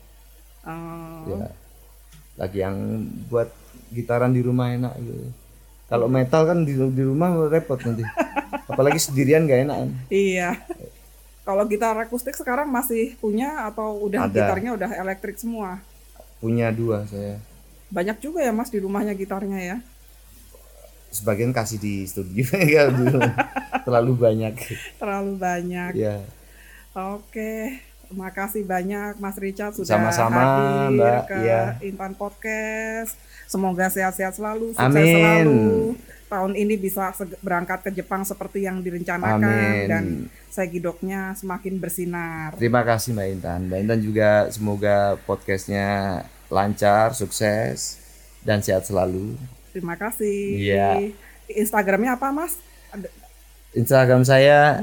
Speaker 1: Oh.
Speaker 2: Ya. Lagi yang buat gitaran di rumah enak gitu. Kalau metal kan di rumah repot nanti. Apalagi sendirian gak enak.
Speaker 1: Iya. Kalau gitar akustik sekarang masih punya atau udah
Speaker 2: Ada.
Speaker 1: gitarnya udah elektrik semua?
Speaker 2: Punya 2 saya.
Speaker 1: Banyak juga ya Mas di rumahnya gitarnya ya.
Speaker 2: Sebagian kasih di studio ya dulu. Terlalu banyak.
Speaker 1: Terlalu banyak.
Speaker 2: Ya.
Speaker 1: Oke. Terima kasih banyak Mas Richard sudah
Speaker 2: Sama-sama,
Speaker 1: hadir
Speaker 2: Mbak.
Speaker 1: ke
Speaker 2: Iya.
Speaker 1: Intan Podcast. Semoga sehat-sehat selalu, sukses
Speaker 2: Amin.
Speaker 1: selalu. Tahun ini bisa berangkat ke Jepang seperti yang direncanakan.
Speaker 2: Amin.
Speaker 1: Dan Segidoknya semakin bersinar.
Speaker 2: Terima kasih Mbak Intan. Mbak Intan juga semoga podcastnya lancar, sukses, dan sehat selalu.
Speaker 1: Terima kasih.
Speaker 2: Iya.
Speaker 1: Instagramnya apa Mas?
Speaker 2: Instagram saya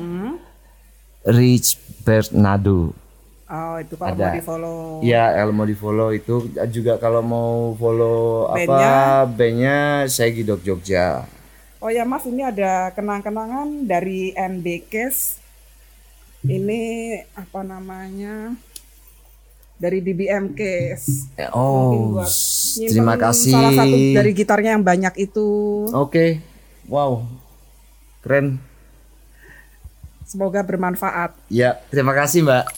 Speaker 2: Rich Bernardo.
Speaker 1: Oh itu kalau
Speaker 2: Ada.
Speaker 1: mau di follow.
Speaker 2: Iya, kalau mau di follow itu juga kalau mau follow bandnya Segidok Jogja.
Speaker 1: Oh ya Mas, ini ada kenang-kenangan dari NB Case. Ini apa namanya? Dari DBM Case.
Speaker 2: Oh,
Speaker 1: Buat
Speaker 2: terima
Speaker 1: nyimpen
Speaker 2: kasih.
Speaker 1: Salah satu dari gitarnya yang banyak itu.
Speaker 2: Oke, wow, keren.
Speaker 1: Semoga bermanfaat.
Speaker 2: Ya, terima kasih Mbak.